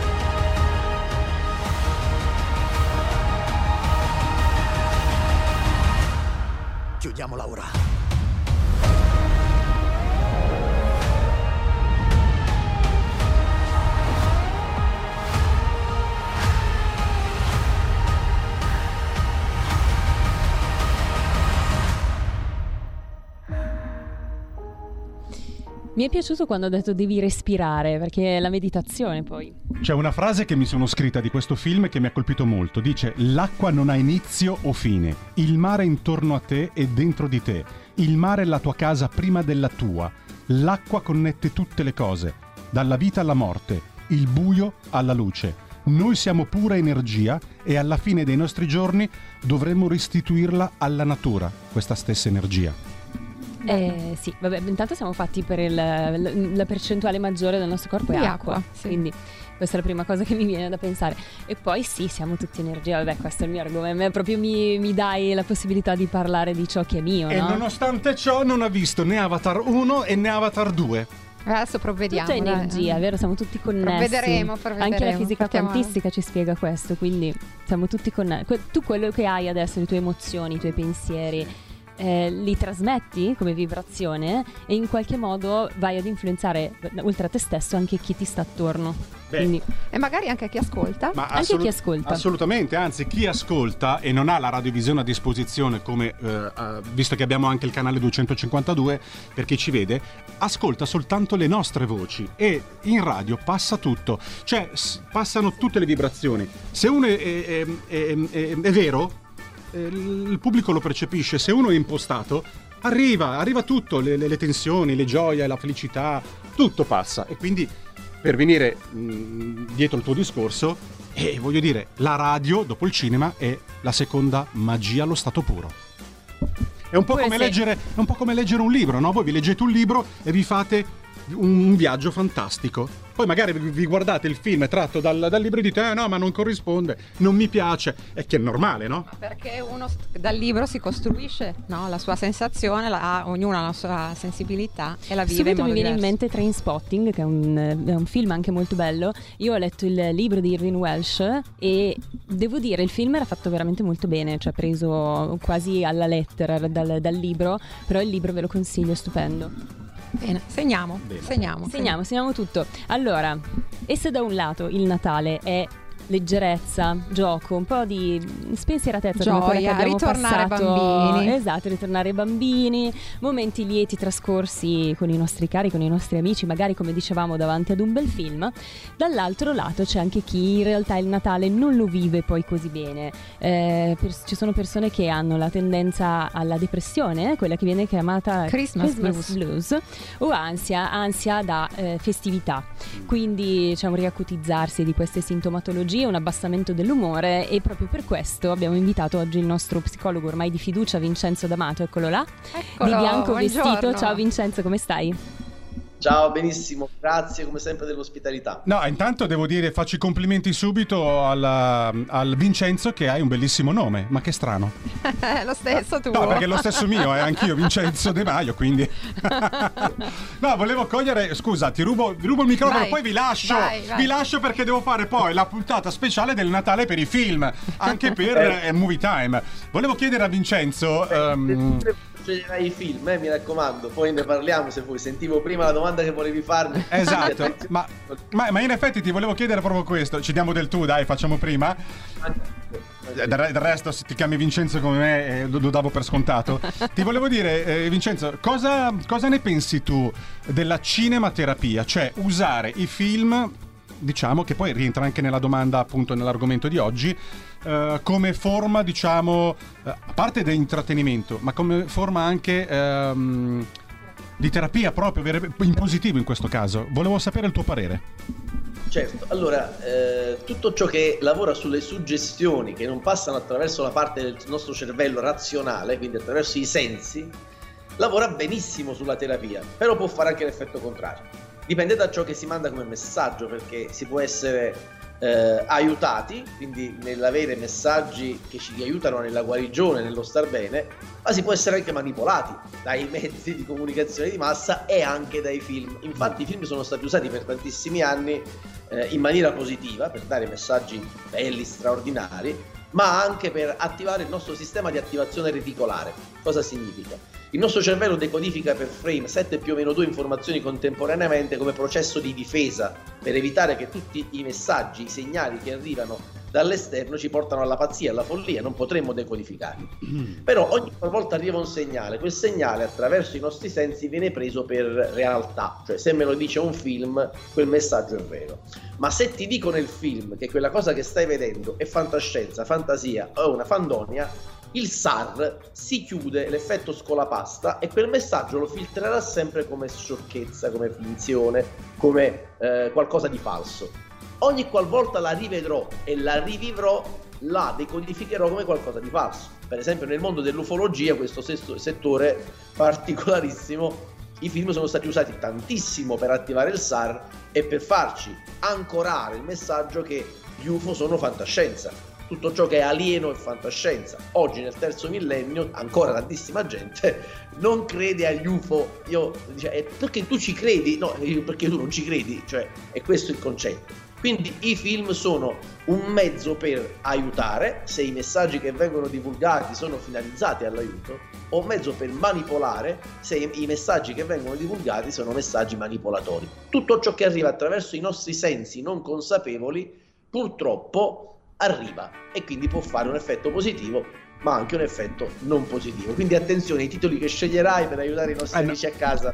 L: Chiudiamola ora.
C: Mi è piaciuto quando ha detto devi respirare, perché è la meditazione poi.
B: C'è una frase che mi sono scritta di questo film che mi ha colpito molto. Dice: l'acqua non ha inizio o fine. Il mare è intorno a te e dentro di te. Il mare è la tua casa prima della tua. L'acqua connette tutte le cose, dalla vita alla morte, il buio alla luce. Noi siamo pura energia e alla fine dei nostri giorni dovremmo restituirla alla natura, questa stessa energia.
C: Sì, vabbè, intanto siamo fatti per la percentuale maggiore del nostro corpo è
D: Di
C: acqua,
D: acqua, sì.
C: quindi questa è la prima cosa che mi viene da pensare. E poi sì, siamo tutti energia, vabbè, questo è il mio argomento, proprio mi dai la possibilità di parlare di ciò che è mio,
B: E
C: no?
B: nonostante ciò non ha visto né Avatar 1 e né Avatar 2.
D: Adesso provvediamo.
C: Tutto è energia, vero? Siamo tutti connessi.
D: Provvederemo.
C: Anche la fisica
D: Partiamo-
C: quantistica ci spiega questo, quindi siamo tutti connessi. Tu quello che hai adesso, le tue emozioni, i tuoi pensieri, li trasmetti come vibrazione e in qualche modo vai ad influenzare, oltre a te stesso, anche chi ti sta attorno. Quindi,
D: E magari anche a chi ascolta.
B: Ma
C: anche chi ascolta.
B: Assolutamente, anzi chi ascolta e non ha la radiovisione a disposizione, come visto che abbiamo anche il canale 252 per chi ci vede, ascolta soltanto le nostre voci e in radio passa tutto, cioè passano tutte le vibrazioni. Se uno è vero, il pubblico lo percepisce. Se uno è impostato, arriva tutto, le tensioni, le gioie, la felicità, tutto passa. E quindi, per venire dietro il tuo discorso, voglio dire, la radio dopo il cinema è la seconda magia allo stato puro. È un po' come leggere un libro, no? Voi vi leggete un libro e vi fate un viaggio fantastico. Poi magari vi guardate il film tratto dal libro e dite no, ma non corrisponde, non mi piace. È che è normale, no?
D: Perché uno dal libro si costruisce, no? La sua sensazione, ognuno ha la sua sensibilità e la vive in
C: subito
D: modo
C: mi viene in
D: diverso.
C: mente Trainspotting, che è un film anche molto bello. Io ho letto il libro di Irving Welsh e devo dire il film era fatto veramente molto bene, cioè preso quasi alla lettera dal libro, però il libro ve lo consiglio, è stupendo.
D: Bene, segniamo tutto.
C: Allora, e se da un lato il Natale è leggerezza, gioco, un po' di spensieratezza, come quella che
D: Gioia,
C: abbiamo
D: ritornare
C: passato,
D: bambini.
C: esatto, ritornare bambini, momenti lieti trascorsi con i nostri cari, con i nostri amici, magari come dicevamo davanti ad un bel film. Dall'altro lato c'è anche chi in realtà il Natale non lo vive poi così bene. Ci sono persone che hanno la tendenza alla depressione, quella che viene chiamata
D: Christmas
C: blues, o ansia da festività. Quindi c'è un riacutizzarsi di queste sintomatologie, un abbassamento dell'umore, e proprio per questo abbiamo invitato oggi il nostro psicologo ormai di fiducia, Vincenzo D'Amato. Eccolo là,
D: Eccolo,
C: di bianco
D: buongiorno.
C: vestito. Ciao Vincenzo, come stai?
O: Ciao, benissimo, grazie come sempre dell'ospitalità.
B: No, intanto devo dire, faccio i complimenti subito al Vincenzo, che hai un bellissimo nome, ma che strano.
D: Lo stesso tuo.
B: No, perché è lo stesso mio, anch'io Vincenzo De Maio, quindi... No, volevo cogliere, scusa, vi rubo il microfono,
D: Vai,
B: poi vi lascio.
D: vai.
B: Vi lascio perché devo fare poi la puntata speciale del Natale per i film, anche per Movie Time. Volevo chiedere a Vincenzo...
O: Sceglierai i film, mi raccomando, poi ne parliamo se vuoi. Sentivo prima la domanda che volevi farmi.
B: Esatto, ma in effetti ti volevo chiedere proprio questo. Ci diamo del tu, dai, facciamo prima. Del resto, se ti chiami Vincenzo come me, lo davo per scontato. Ti volevo dire, Vincenzo, cosa ne pensi tu della cinematerapia? Cioè, usare i film, diciamo, che poi rientra anche nella domanda, appunto, nell'argomento di oggi, come forma, diciamo, a parte di intrattenimento, ma come forma anche di terapia proprio, in positivo in questo caso. Volevo sapere il tuo parere.
O: Certo, allora, tutto ciò che lavora sulle suggestioni che non passano attraverso la parte del nostro cervello razionale, quindi attraverso i sensi, lavora benissimo sulla terapia, però può fare anche l'effetto contrario. Dipende da ciò che si manda come messaggio, perché si può essere aiutati, quindi nell'avere messaggi che ci aiutano nella guarigione, nello star bene, ma si può essere anche manipolati dai mezzi di comunicazione di massa e anche dai film. Infatti i film sono stati usati per tantissimi anni in maniera positiva, per dare messaggi belli, straordinari, ma anche per attivare il nostro sistema di attivazione reticolare. Cosa significa? Il nostro cervello decodifica per frame 7 più o meno 2 informazioni contemporaneamente come processo di difesa, per evitare che tutti i messaggi, i segnali che arrivano dall'esterno ci portano alla pazzia, alla follia, non potremmo decodificarli. Però ogni volta arriva un segnale, quel segnale attraverso i nostri sensi viene preso per realtà, cioè se me lo dice un film, quel messaggio è vero. Ma se ti dico nel film che quella cosa che stai vedendo è fantascienza, fantasia o una fandonia, il SAR si chiude, l'effetto scolapasta, e quel messaggio lo filtrerà sempre come sciocchezza, come finzione, come qualcosa di falso. Ogni qualvolta la rivedrò e la rivivrò, la decodificherò come qualcosa di falso. Per esempio nel mondo dell'ufologia, questo settore particolarissimo, i film sono stati usati tantissimo per attivare il SAR e per farci ancorare il messaggio che gli UFO sono fantascienza. Tutto ciò che è alieno è fantascienza. Oggi nel terzo millennio ancora tantissima gente non crede agli UFO. Perché tu ci credi? No, perché tu non ci credi, cioè è questo il concetto. Quindi i film sono un mezzo per aiutare, se i messaggi che vengono divulgati sono finalizzati all'aiuto, o un mezzo per manipolare, se i messaggi che vengono divulgati sono messaggi manipolatori. Tutto ciò che arriva attraverso i nostri sensi non consapevoli, purtroppo arriva, e quindi può fare un effetto positivo ma anche un effetto non positivo. Quindi attenzione ai titoli che sceglierai per aiutare i nostri amici a casa.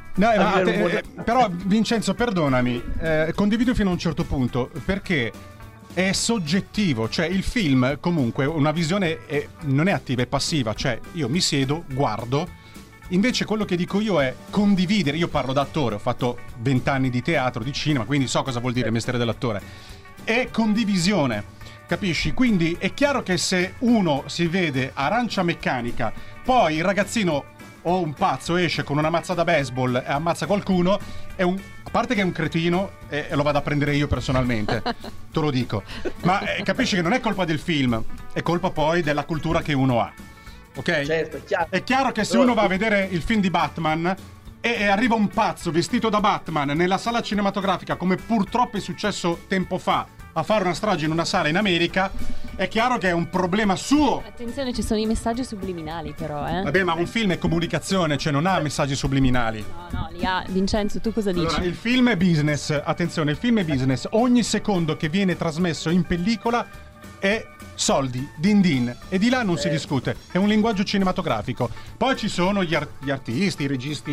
B: Però Vincenzo, perdonami, condivido fino a un certo punto, perché è soggettivo, cioè il film comunque una visione non è attiva, è passiva, cioè io mi siedo, guardo. Invece quello che dico io è condividere. Io parlo da attore, ho fatto 20 anni di teatro, di cinema, quindi so cosa vuol dire il mestiere dell'attore. È condivisione. Capisci? Quindi è chiaro che se uno si vede Arancia Meccanica, poi il ragazzino o un pazzo esce con una mazza da baseball e ammazza qualcuno, a parte che è un cretino, e lo vado a prendere io personalmente, te lo dico. Ma capisci che non è colpa del film, è colpa poi della cultura che uno ha. Ok?
O: Certo, è chiaro.
B: È chiaro che se uno va a vedere il film di Batman e arriva un pazzo vestito da Batman nella sala cinematografica, come purtroppo è successo tempo fa, a fare una strage in una sala in America, è chiaro che è un problema suo.
C: Attenzione, ci sono i messaggi subliminali però,
B: Vabbè, ma un film è comunicazione, cioè non ha messaggi subliminali.
C: No, li ha. Vincenzo, tu cosa dici?
B: Allora, il film è business, attenzione, il film è business. Ogni secondo che viene trasmesso in pellicola è soldi, din din, e di là non si discute, è un linguaggio cinematografico. Poi ci sono gli artisti, i registi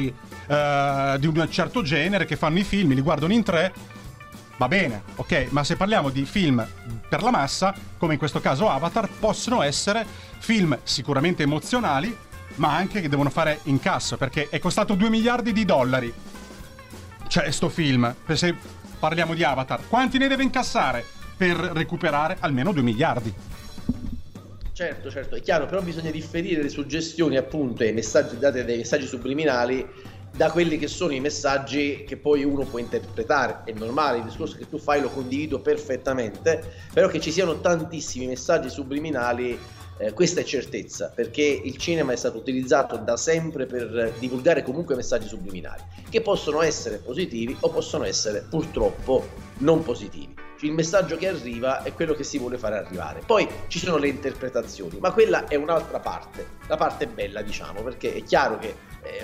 B: di un certo genere che fanno i film, li guardano in 3. Va bene, ok, ma se parliamo di film per la massa, come in questo caso Avatar, possono essere film sicuramente emozionali, ma anche che devono fare incasso, perché è costato $2 miliardi. Cioè, sto film, se parliamo di Avatar, quanti ne deve incassare per recuperare almeno 2 miliardi?
O: Certo, è chiaro, però bisogna differire le suggestioni, appunto, e i messaggi dati dai messaggi subliminali da quelli che sono i messaggi che poi uno può interpretare. È normale, il discorso che tu fai lo condivido perfettamente, però che ci siano tantissimi messaggi subliminali, questa è certezza, perché il cinema è stato utilizzato da sempre per divulgare comunque messaggi subliminali, che possono essere positivi o possono essere purtroppo non positivi. Il messaggio che arriva è quello che si vuole fare arrivare. Poi ci sono le interpretazioni, ma quella è un'altra parte, la parte bella, diciamo, perché è chiaro che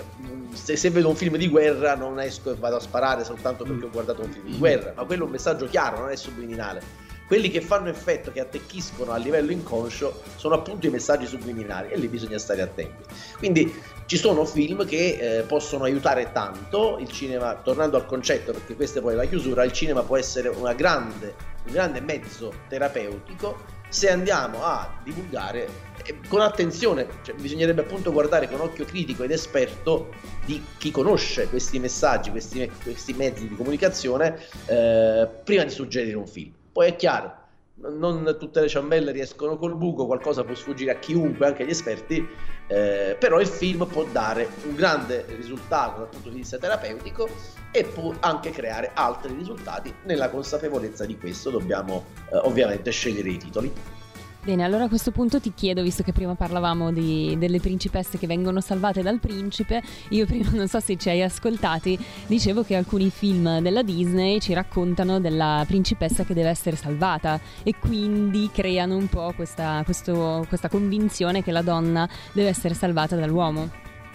O: se vedo un film di guerra non esco e vado a sparare soltanto perché ho guardato un film di guerra, ma quello è un messaggio chiaro, non è subliminale. Quelli che fanno effetto, che attecchiscono a livello inconscio, sono appunto i messaggi subliminali, e lì bisogna stare attenti. Quindi ci sono film che possono aiutare tanto il cinema. Tornando al concetto, perché questa è poi la chiusura, il cinema può essere un grande mezzo terapeutico se andiamo a divulgare con attenzione. Cioè, bisognerebbe appunto guardare con occhio critico ed esperto di chi conosce questi messaggi, questi mezzi di comunicazione, prima di suggerire un film. Poi è chiaro, non tutte le ciambelle riescono col buco, qualcosa può sfuggire a chiunque, anche agli esperti, però il film può dare un grande risultato dal punto di vista terapeutico e può anche creare altri risultati. Nella consapevolezza di questo dobbiamo ovviamente scegliere i titoli.
C: Bene, allora a questo punto ti chiedo, visto che prima parlavamo delle principesse che vengono salvate dal principe, io prima, non so se ci hai ascoltati, dicevo che alcuni film della Disney ci raccontano della principessa che deve essere salvata e quindi creano un po' questa convinzione che la donna deve essere salvata dall'uomo.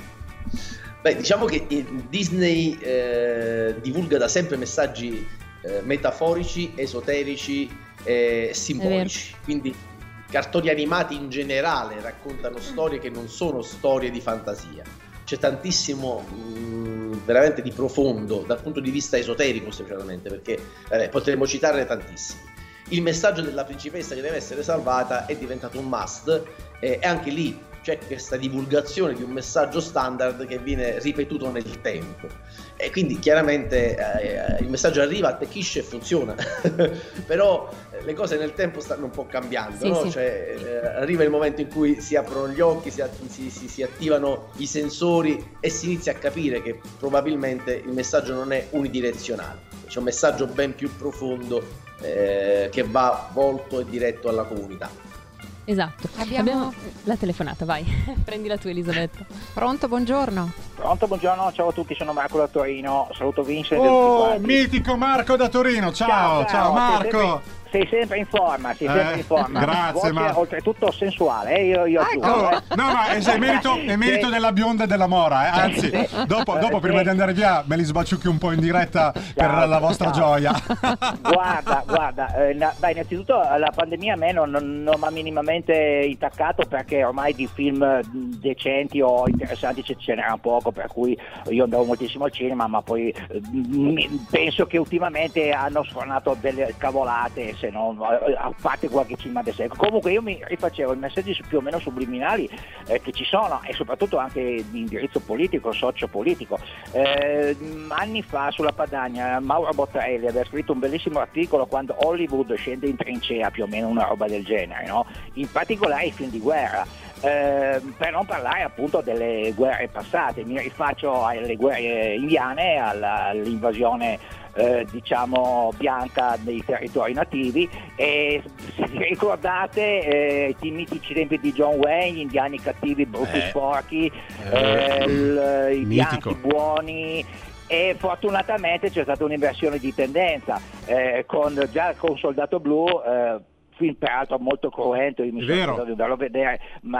O: Beh, diciamo che Disney divulga da sempre messaggi metaforici, esoterici e simbolici, quindi cartoni animati in generale raccontano storie che non sono storie di fantasia. C'è tantissimo veramente di profondo dal punto di vista esoterico, specialmente, perché potremmo citarne tantissimi. Il messaggio della principessa che deve essere salvata è diventato un must, e anche lì c'è questa divulgazione di un messaggio standard che viene ripetuto nel tempo, e quindi chiaramente il messaggio arriva, attecchisce e funziona. Però le cose nel tempo stanno un po' cambiando, sì, no? Sì. Cioè, arriva il momento in cui si aprono gli occhi, si attivano i sensori e si inizia a capire che probabilmente il messaggio non è unidirezionale, c'è un messaggio ben più profondo che va volto e diretto alla comunità.
C: Esatto, abbiamo la telefonata, vai. Prendila tu, Elisabetta.
D: Pronto, buongiorno.
P: Pronto, buongiorno, ciao a tutti, sono Marco da Torino, saluto Vincent.
B: Oh, mitico Marco da Torino, ciao Marco.
P: Sei sempre in forma,
B: Grazie,
P: ma oltretutto sensuale, io aggiungo.
B: No, è merito della bionda e della Mora, anzi, dopo prima di andare via me li sbaciucchi un po' in diretta per la vostra gioia.
P: Guarda, dai, innanzitutto la pandemia a me non mi ha minimamente intaccato, perché ormai di film decenti o interessanti ce n'era poco, per cui io andavo moltissimo al cinema, ma poi penso che ultimamente hanno sfornato delle cavolate, se no, a parte qualche cinema del secolo. Comunque io mi rifacevo i messaggi più o meno subliminali che ci sono, e soprattutto anche di indirizzo politico, sociopolitico. Anni fa sulla Padania Mauro Bottarelli aveva scritto un bellissimo articolo, quando Hollywood scende in trincea, più o meno una roba del genere, no? In particolare i film di guerra. Per non parlare appunto delle guerre passate, mi rifaccio alle guerre indiane, all'invasione diciamo bianca dei territori nativi, e se vi ricordate i mitici tempi di John Wayne, gli indiani cattivi, brutti, sporchi, i bianchi buoni. E fortunatamente c'è stata un'inversione di tendenza con Soldato Blu, film peraltro molto cruento, io mi sono andato ad andarlo a vedere.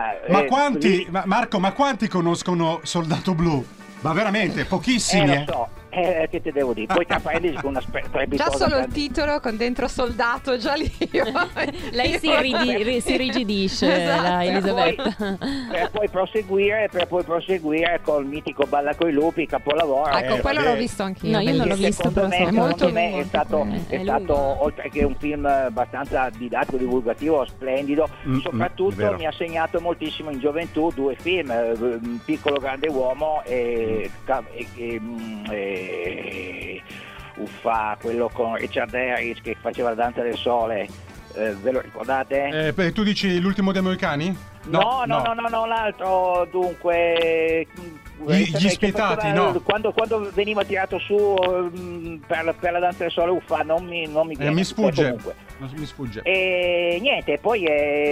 B: Marco, ma quanti conoscono Soldato Blu? Ma veramente, pochissimi.
P: Lo so. Che te devo dire? Poi caprelli con una
D: già solo il titolo con dentro soldato, già lì
C: lei si rigidisce, esatto. Elisabetta.
P: Per poi proseguire col mitico Balla coi lupi, capolavoro.
D: Ecco, quello l'ho visto anch'io.
C: No, io non l'ho visto, però
P: secondo me è stato oltre che un film abbastanza didattico, divulgativo, splendido, soprattutto mi ha segnato moltissimo in gioventù 2 film, Piccolo grande uomo e quello con Richard Harris che faceva la danza del sole, ve lo ricordate?
B: Tu dici L'ultimo dei Moicani?
P: No, l'altro, dunque
B: Gli spietati, no.
P: Quando veniva tirato su per la danza del sole uffa, non mi viene.
B: Mi sfugge. Mi sfugge.
P: E niente, poi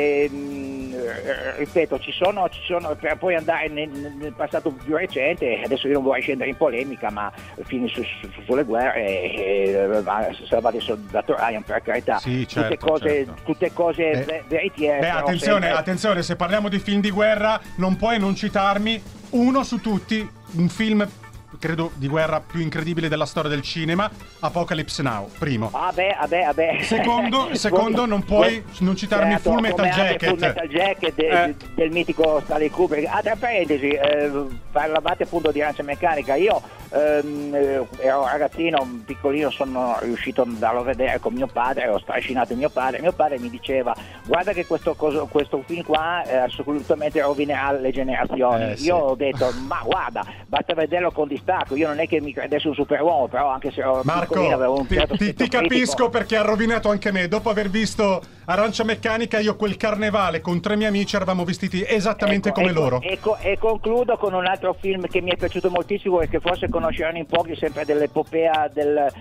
P: ripeto, ci sono per poi andare nel passato più recente. Adesso io non vorrei scendere in polemica, ma film sulle guerre, Salvate il soldato Ryan, per carità,
B: sì, certo,
P: tutte cose veritiere.
B: Attenzione, se parliamo di film di guerra non puoi non citarmi uno su tutti, un film credo di guerra più incredibile della storia del cinema, Apocalypse Now, primo.
P: Vabbè.
B: Secondo non puoi non citarmi Full Metal Jacket.
P: Full Metal Jacket del mitico Stanley Kubrick. Tra parentesi, parlavate appunto di Arancia Meccanica. Io ero ragazzino, piccolino, sono riuscito ad andarlo a vedere con mio padre, ho strascinato mio padre mi diceva: guarda che questo film qua assolutamente rovinerà le generazioni.
B: Sì.
P: Io ho detto: ma guarda, basta vederlo con distacco. Io non è che mi credessi un superuomo, però anche se ero piccolino avevo un certo
B: ti capisco, perché ha rovinato anche me. Dopo aver visto Arancia Meccanica, io quel carnevale con 3 miei amici eravamo vestiti esattamente come loro.
P: E concludo con un altro film che mi è piaciuto moltissimo e che forse conosceranno in pochi, sempre dell'epopea del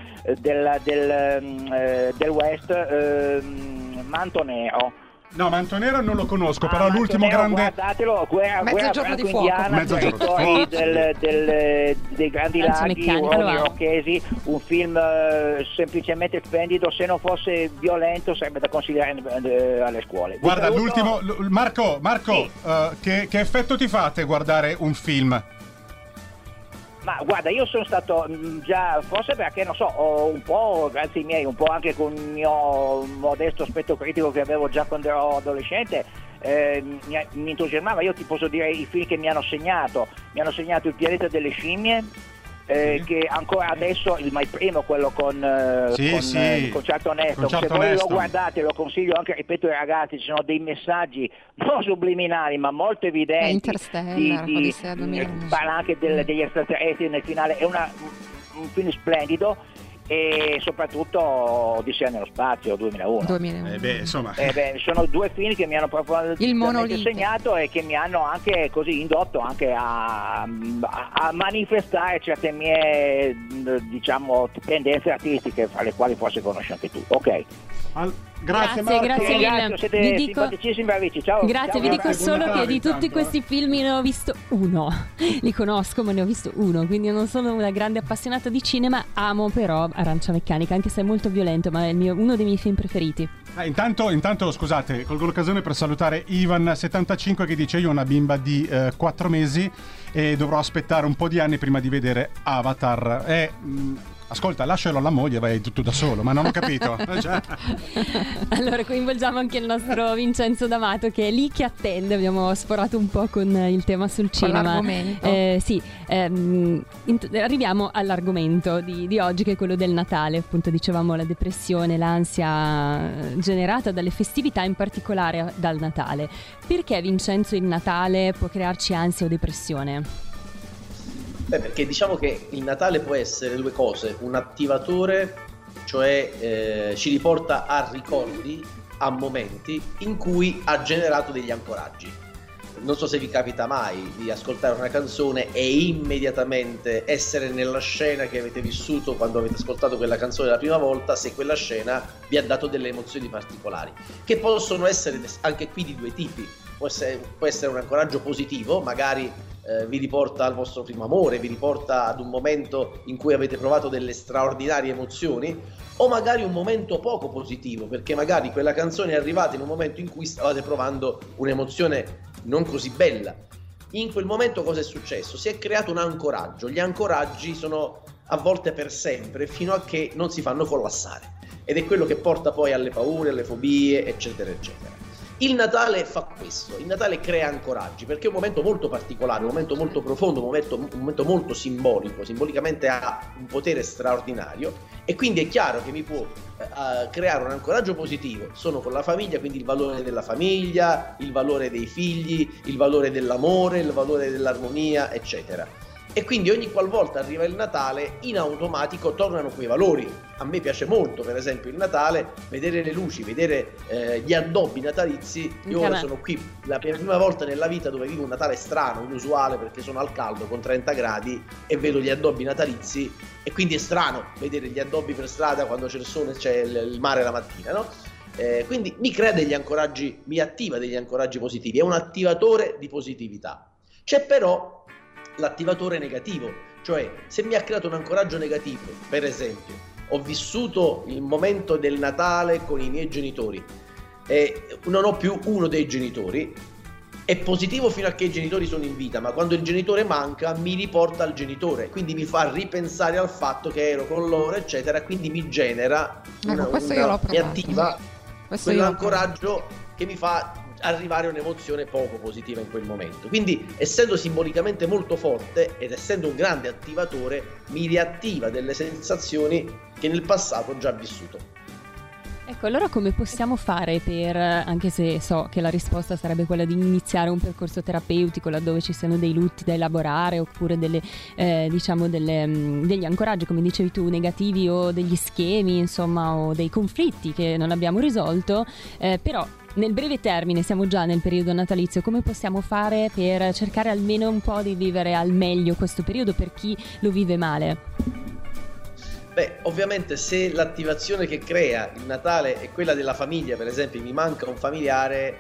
P: West, Manto Nero.
B: No, Manto Nero non lo conosco, però l'ultimo grande...
P: Guardatelo, Guerra franco-indiana, storie dei grandi laghi irokesi, un film semplicemente splendido. Se non fosse violento sarebbe da consigliare alle scuole.
B: Guarda, l'ultimo... Marco, sì. Che effetto ti fate guardare un film?
P: Ma guarda, io sono stato già, forse perché non so, ho un po', grazie ai miei, un po' anche con il mio modesto aspetto critico che avevo già quando ero adolescente, mi entusiasmava. Io ti posso dire i film che mi hanno segnato Il pianeta delle scimmie, che ancora adesso il mai primo, quello con Charlton Heston, se voi lo guardate, lo consiglio anche, ripeto, ai ragazzi, ci sono dei messaggi non subliminali ma molto evidenti.
D: Interstellar,
P: parla anche degli extraterrestri nel finale. È un film splendido, e soprattutto Odissea nello spazio 2001. Sono 2 film che mi hanno proprio segnato e che mi hanno anche così indotto anche a manifestare certe mie, diciamo, tendenze artistiche, fra le quali forse conosci anche tu. Ok.
B: Grazie
C: mille.
P: Siete simpaticissimi, bravici. Ciao.
C: Grazie, vi dico solo che di tutti questi film ne ho visto uno. Li conosco, ma ne ho visto uno, quindi non sono una grande appassionata di cinema. Amo però Arancia Meccanica, anche se è molto violento, ma è uno dei miei film preferiti.
B: Intanto scusate, colgo l'occasione per salutare Ivan75 che dice: io ho una bimba di 4 mesi e dovrò aspettare un po' di anni prima di vedere Avatar. Ascolta, lascialo alla moglie, vai tutto da solo, ma non ho capito.
C: Allora coinvolgiamo anche il nostro Vincenzo D'Amato, che è lì che attende. Abbiamo sforato un po' con il tema sul cinema. Arriviamo all'argomento di oggi, che è quello del Natale. Appunto, dicevamo la depressione, l'ansia generata dalle festività, in particolare dal Natale. Perché, Vincenzo, il Natale può crearci ansia o depressione?
O: Perché diciamo che il Natale può essere 2 cose: un attivatore, cioè ci riporta a ricordi, a momenti in cui ha generato degli ancoraggi. Non so se vi capita mai di ascoltare una canzone e immediatamente essere nella scena che avete vissuto quando avete ascoltato quella canzone la prima volta, se quella scena vi ha dato delle emozioni particolari, che possono essere anche qui di 2 tipi. Può essere un ancoraggio positivo, magari vi riporta al vostro primo amore, vi riporta ad un momento in cui avete provato delle straordinarie emozioni, o magari un momento poco positivo, perché magari quella canzone è arrivata in un momento in cui stavate provando un'emozione non così bella. In quel momento cosa è successo? Si è creato un ancoraggio. Gli ancoraggi sono a volte per sempre, fino a che non si fanno collassare, ed è quello che porta poi alle paure, alle fobie, eccetera eccetera. Il Natale fa questo, il Natale crea ancoraggi, perché è un momento molto particolare, un momento molto profondo, un momento molto simbolico, simbolicamente ha un potere straordinario, e quindi è chiaro che mi può creare un ancoraggio positivo. Sono con la famiglia, quindi il valore della famiglia, il valore dei figli, il valore dell'amore, il valore dell'armonia, eccetera. E quindi ogni qualvolta arriva il Natale, in automatico tornano quei valori. A me piace molto, per esempio, il Natale, vedere le luci, vedere gli addobbi natalizi. Io ora sono qui la prima volta nella vita dove vivo un Natale strano, inusuale, perché sono al caldo con 30 gradi e vedo gli addobbi natalizi, e quindi è strano vedere gli addobbi per strada quando c'è il sole e c'è il mare la mattina, no? Quindi mi crea degli ancoraggi, mi attiva degli ancoraggi positivi, è un attivatore di positività. C'è però l'attivatore negativo, cioè se mi ha creato un ancoraggio negativo, per esempio ho vissuto il momento del Natale con i miei genitori e non ho più uno dei genitori, è positivo fino a che i genitori sono in vita, ma quando il genitore manca mi riporta al genitore, quindi mi fa ripensare al fatto che ero con loro, eccetera, quindi mi genera mi attiva quell'ancoraggio che mi fa arrivare a un'emozione poco positiva in quel momento. Quindi, essendo simbolicamente molto forte ed essendo un grande attivatore, mi riattiva delle sensazioni che nel passato ho già vissuto.
C: Ecco, allora come possiamo fare per, anche se so che la risposta sarebbe quella di iniziare un percorso terapeutico laddove ci siano dei lutti da elaborare, oppure degli ancoraggi, come dicevi tu, negativi, o degli schemi, insomma, o dei conflitti che non abbiamo risolto, però nel breve termine, siamo già nel periodo natalizio, come possiamo fare per cercare almeno un po' di vivere al meglio questo periodo per chi lo vive male?
O: Beh, ovviamente se l'attivazione che crea il Natale è quella della famiglia, per esempio mi manca un familiare,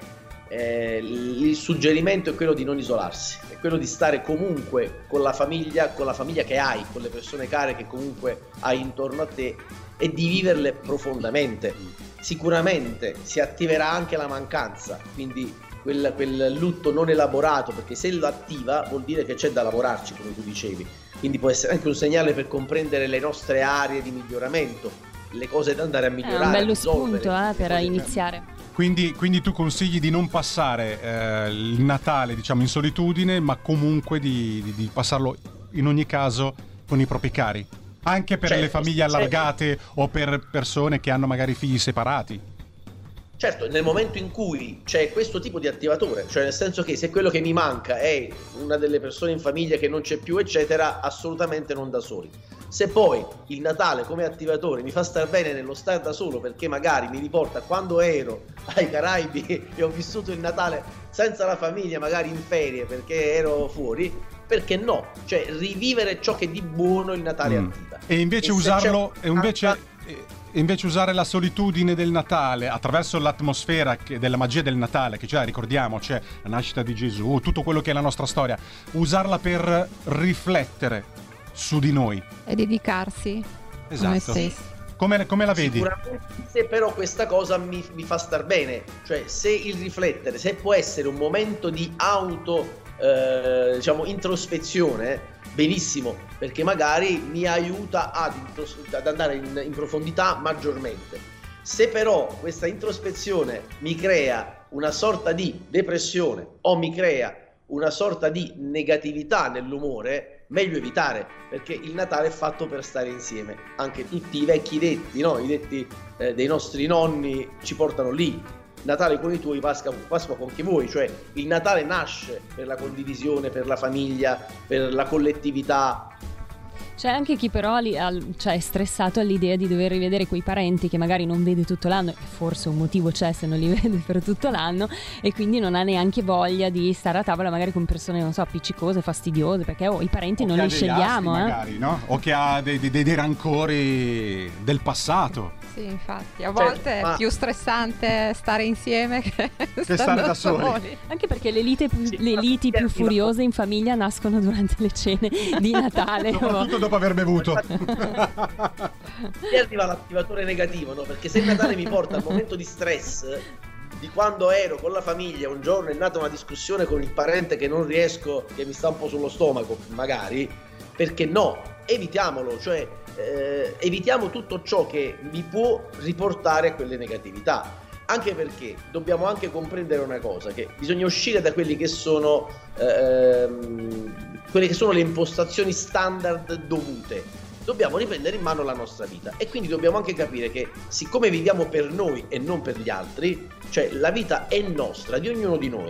O: il suggerimento è quello di non isolarsi, è quello di stare comunque con la famiglia che hai, con le persone care che comunque hai intorno a te, e di viverle profondamente. Sicuramente si attiverà anche la mancanza, quindi quel lutto non elaborato, perché se lo attiva vuol dire che c'è da lavorarci, come tu dicevi, quindi può essere anche un segnale per comprendere le nostre aree di miglioramento, le cose da andare a migliorare.
C: È un bello spunto per iniziare.
B: Quindi tu consigli di non passare il Natale, diciamo, in solitudine, ma comunque di passarlo in ogni caso con i propri cari, anche per le famiglie allargate o per persone che hanno magari figli separati.
O: Certo, nel momento in cui c'è questo tipo di attivatore, cioè nel senso che se quello che mi manca è una delle persone in famiglia che non c'è più, eccetera, assolutamente non da soli. Se poi il Natale come attivatore mi fa star bene nello star da solo, perché magari mi riporta quando ero ai Caraibi e ho vissuto il Natale senza la famiglia, magari in ferie perché ero fuori, perché no? Cioè rivivere ciò che di buono il Natale attiva.
B: E invece invece usare la solitudine del Natale attraverso l'atmosfera della magia del Natale, che ricordiamo, c'è la nascita di Gesù, tutto quello che è la nostra storia, usarla per riflettere su di noi
D: e dedicarsi a noi stessi.
B: Come la vedi?
O: Sicuramente, se però questa cosa mi fa star bene, cioè se il riflettere, se può essere un momento di introspezione, benissimo, perché magari mi aiuta ad andare in profondità maggiormente. Se però questa introspezione mi crea una sorta di depressione o mi crea una sorta di negatività nell'umore, meglio evitare, perché il Natale è fatto per stare insieme. Anche tutti i vecchi detti, no? I detti dei nostri nonni ci portano lì. Natale con i tuoi, Pasqua con chi vuoi, cioè il Natale nasce per la condivisione, per la famiglia, per la collettività.
C: C'è anche chi però è stressato all'idea di dover rivedere quei parenti che magari non vede tutto l'anno, e forse un motivo c'è se non li vede per tutto l'anno, e quindi non ha neanche voglia di stare a tavola magari con persone, non so, appiccicose, fastidiose, perché i parenti non li scegliamo.
B: Magari, no? O che ha dei rancori del passato.
D: Sì, infatti, a volte è più stressante stare insieme che
B: stare da soli.
C: Anche perché le liti più furiose in famiglia nascono durante le cene di Natale.
B: Soprattutto dopo aver bevuto.
O: E arriva l'attivatore negativo, no? Perché se il Natale mi porta al momento di stress di quando ero con la famiglia, un giorno è nata una discussione con il parente che non riesco, che mi sta un po' sullo stomaco, magari, perché no? Evitiamolo, cioè evitiamo tutto ciò che mi può riportare a quelle negatività, anche perché dobbiamo anche comprendere una cosa, che bisogna uscire da quelli che sono quelle che sono le impostazioni standard dovute. Dobbiamo riprendere in mano la nostra vita, e quindi dobbiamo anche capire che siccome viviamo per noi e non per gli altri, cioè la vita è nostra, di ognuno di noi,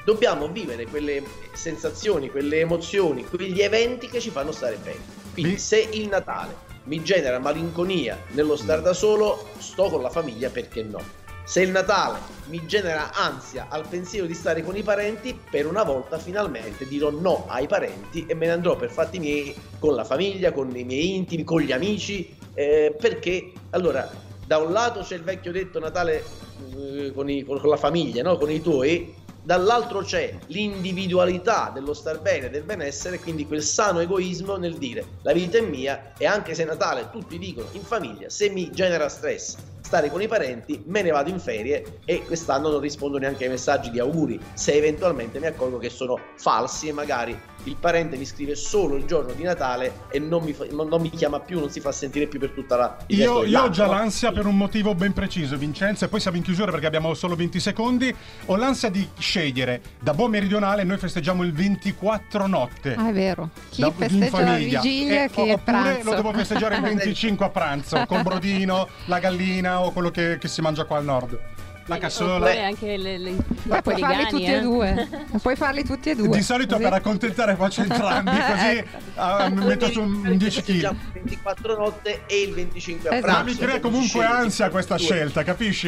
O: dobbiamo vivere quelle sensazioni, quelle emozioni, quegli eventi che ci fanno stare bene. Quindi se il Natale mi genera malinconia nello star da solo, sto con la famiglia, perché no? Se il Natale mi genera ansia al pensiero di stare con i parenti, per una volta finalmente dirò no ai parenti e me ne andrò per fatti miei, con la famiglia, con i miei intimi, con gli amici, perché allora da un lato c'è il vecchio detto Natale con la famiglia, no? Con i tuoi, dall'altro c'è l'individualità dello star bene, del benessere, quindi quel sano egoismo nel dire la vita è mia, e anche se Natale tutti dicono in famiglia, se mi genera stress stare con i parenti, me ne vado in ferie e quest'anno non rispondo neanche ai messaggi di auguri, se eventualmente mi accorgo che sono falsi e magari il parente mi scrive solo il giorno di Natale e non mi chiama più, non si fa sentire più per tutta la
B: Io ho già l'ansia per un motivo ben preciso, Vincenzo, e poi siamo in chiusura perché abbiamo solo 20 secondi. Ho l'ansia di scegliere. Da buon meridionale noi festeggiamo il 24 notte.
D: Ah, è vero. Chi festeggia la vigilia e chi il pranzo.
B: Oppure lo devo festeggiare il 25 a pranzo, col brodino, la gallina o quello che si mangia qua al nord. La cassola.
C: Oppure anche
D: puoi farli tutti e due. Puoi farli tutti e due.
B: Di solito per accontentare faccio entrambi, così metto su un 10 kg.
O: Il 24 notte e il 25 a pranzo.
B: Ma mi crea comunque ansia questa scelta, capisci?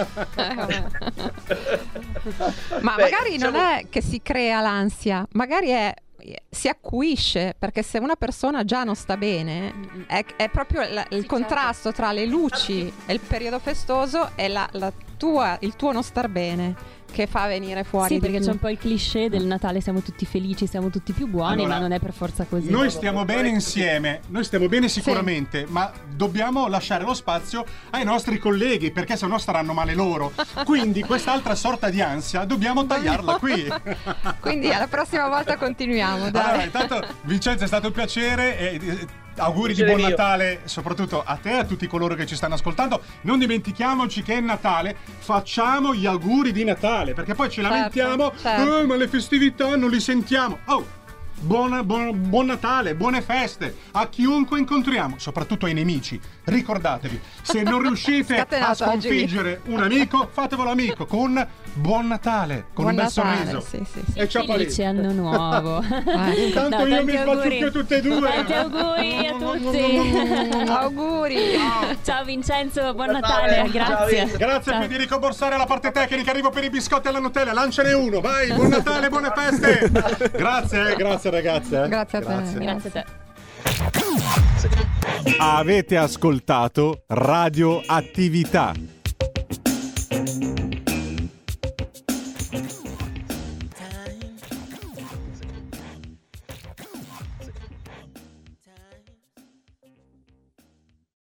D: Ma magari non è che si crea l'ansia, magari si acuisce, perché se una persona già non sta bene è proprio il contrasto tra le luci e il periodo festoso e il tuo non star bene che fa venire fuori.
C: Sì, perché c'è un po' il cliché del Natale, siamo tutti felici, siamo tutti più buoni, ma non è per forza così.
B: Noi stiamo bene insieme, noi stiamo bene sicuramente, ma dobbiamo lasciare lo spazio ai nostri colleghi, perché sennò staranno male loro. Quindi quest'altra sorta di ansia dobbiamo tagliarla qui.
D: Quindi alla prossima volta continuiamo, dai.
B: Allora, intanto Vincenzo, è stato un piacere e auguri di buon Natale soprattutto a te e a tutti coloro che ci stanno ascoltando. Non dimentichiamoci che è Natale, facciamo gli auguri di Natale, perché poi ci lamentiamo, ma le festività non li sentiamo. Buon Natale, buone feste a chiunque incontriamo, soprattutto ai nemici. Ricordatevi, se non riuscite a sconfiggere un amico, fatevelo amico con buon Natale, con un bel sorriso.
D: Sì.
B: E ciao,
C: felice anno nuovo.
B: Intanto io mi faccio più tutte e due.
C: Tanti auguri a tutti.
D: Auguri.
C: Ciao Vincenzo, buon Natale, grazie.
B: Grazie a Federico Borsari alla parte tecnica. Arrivo per i biscotti alla Nutella, lanciane uno, vai, buon Natale, buone feste. Grazie ragazzi.
D: Grazie a te.
C: Grazie a te.
A: Avete ascoltato Radio Attività.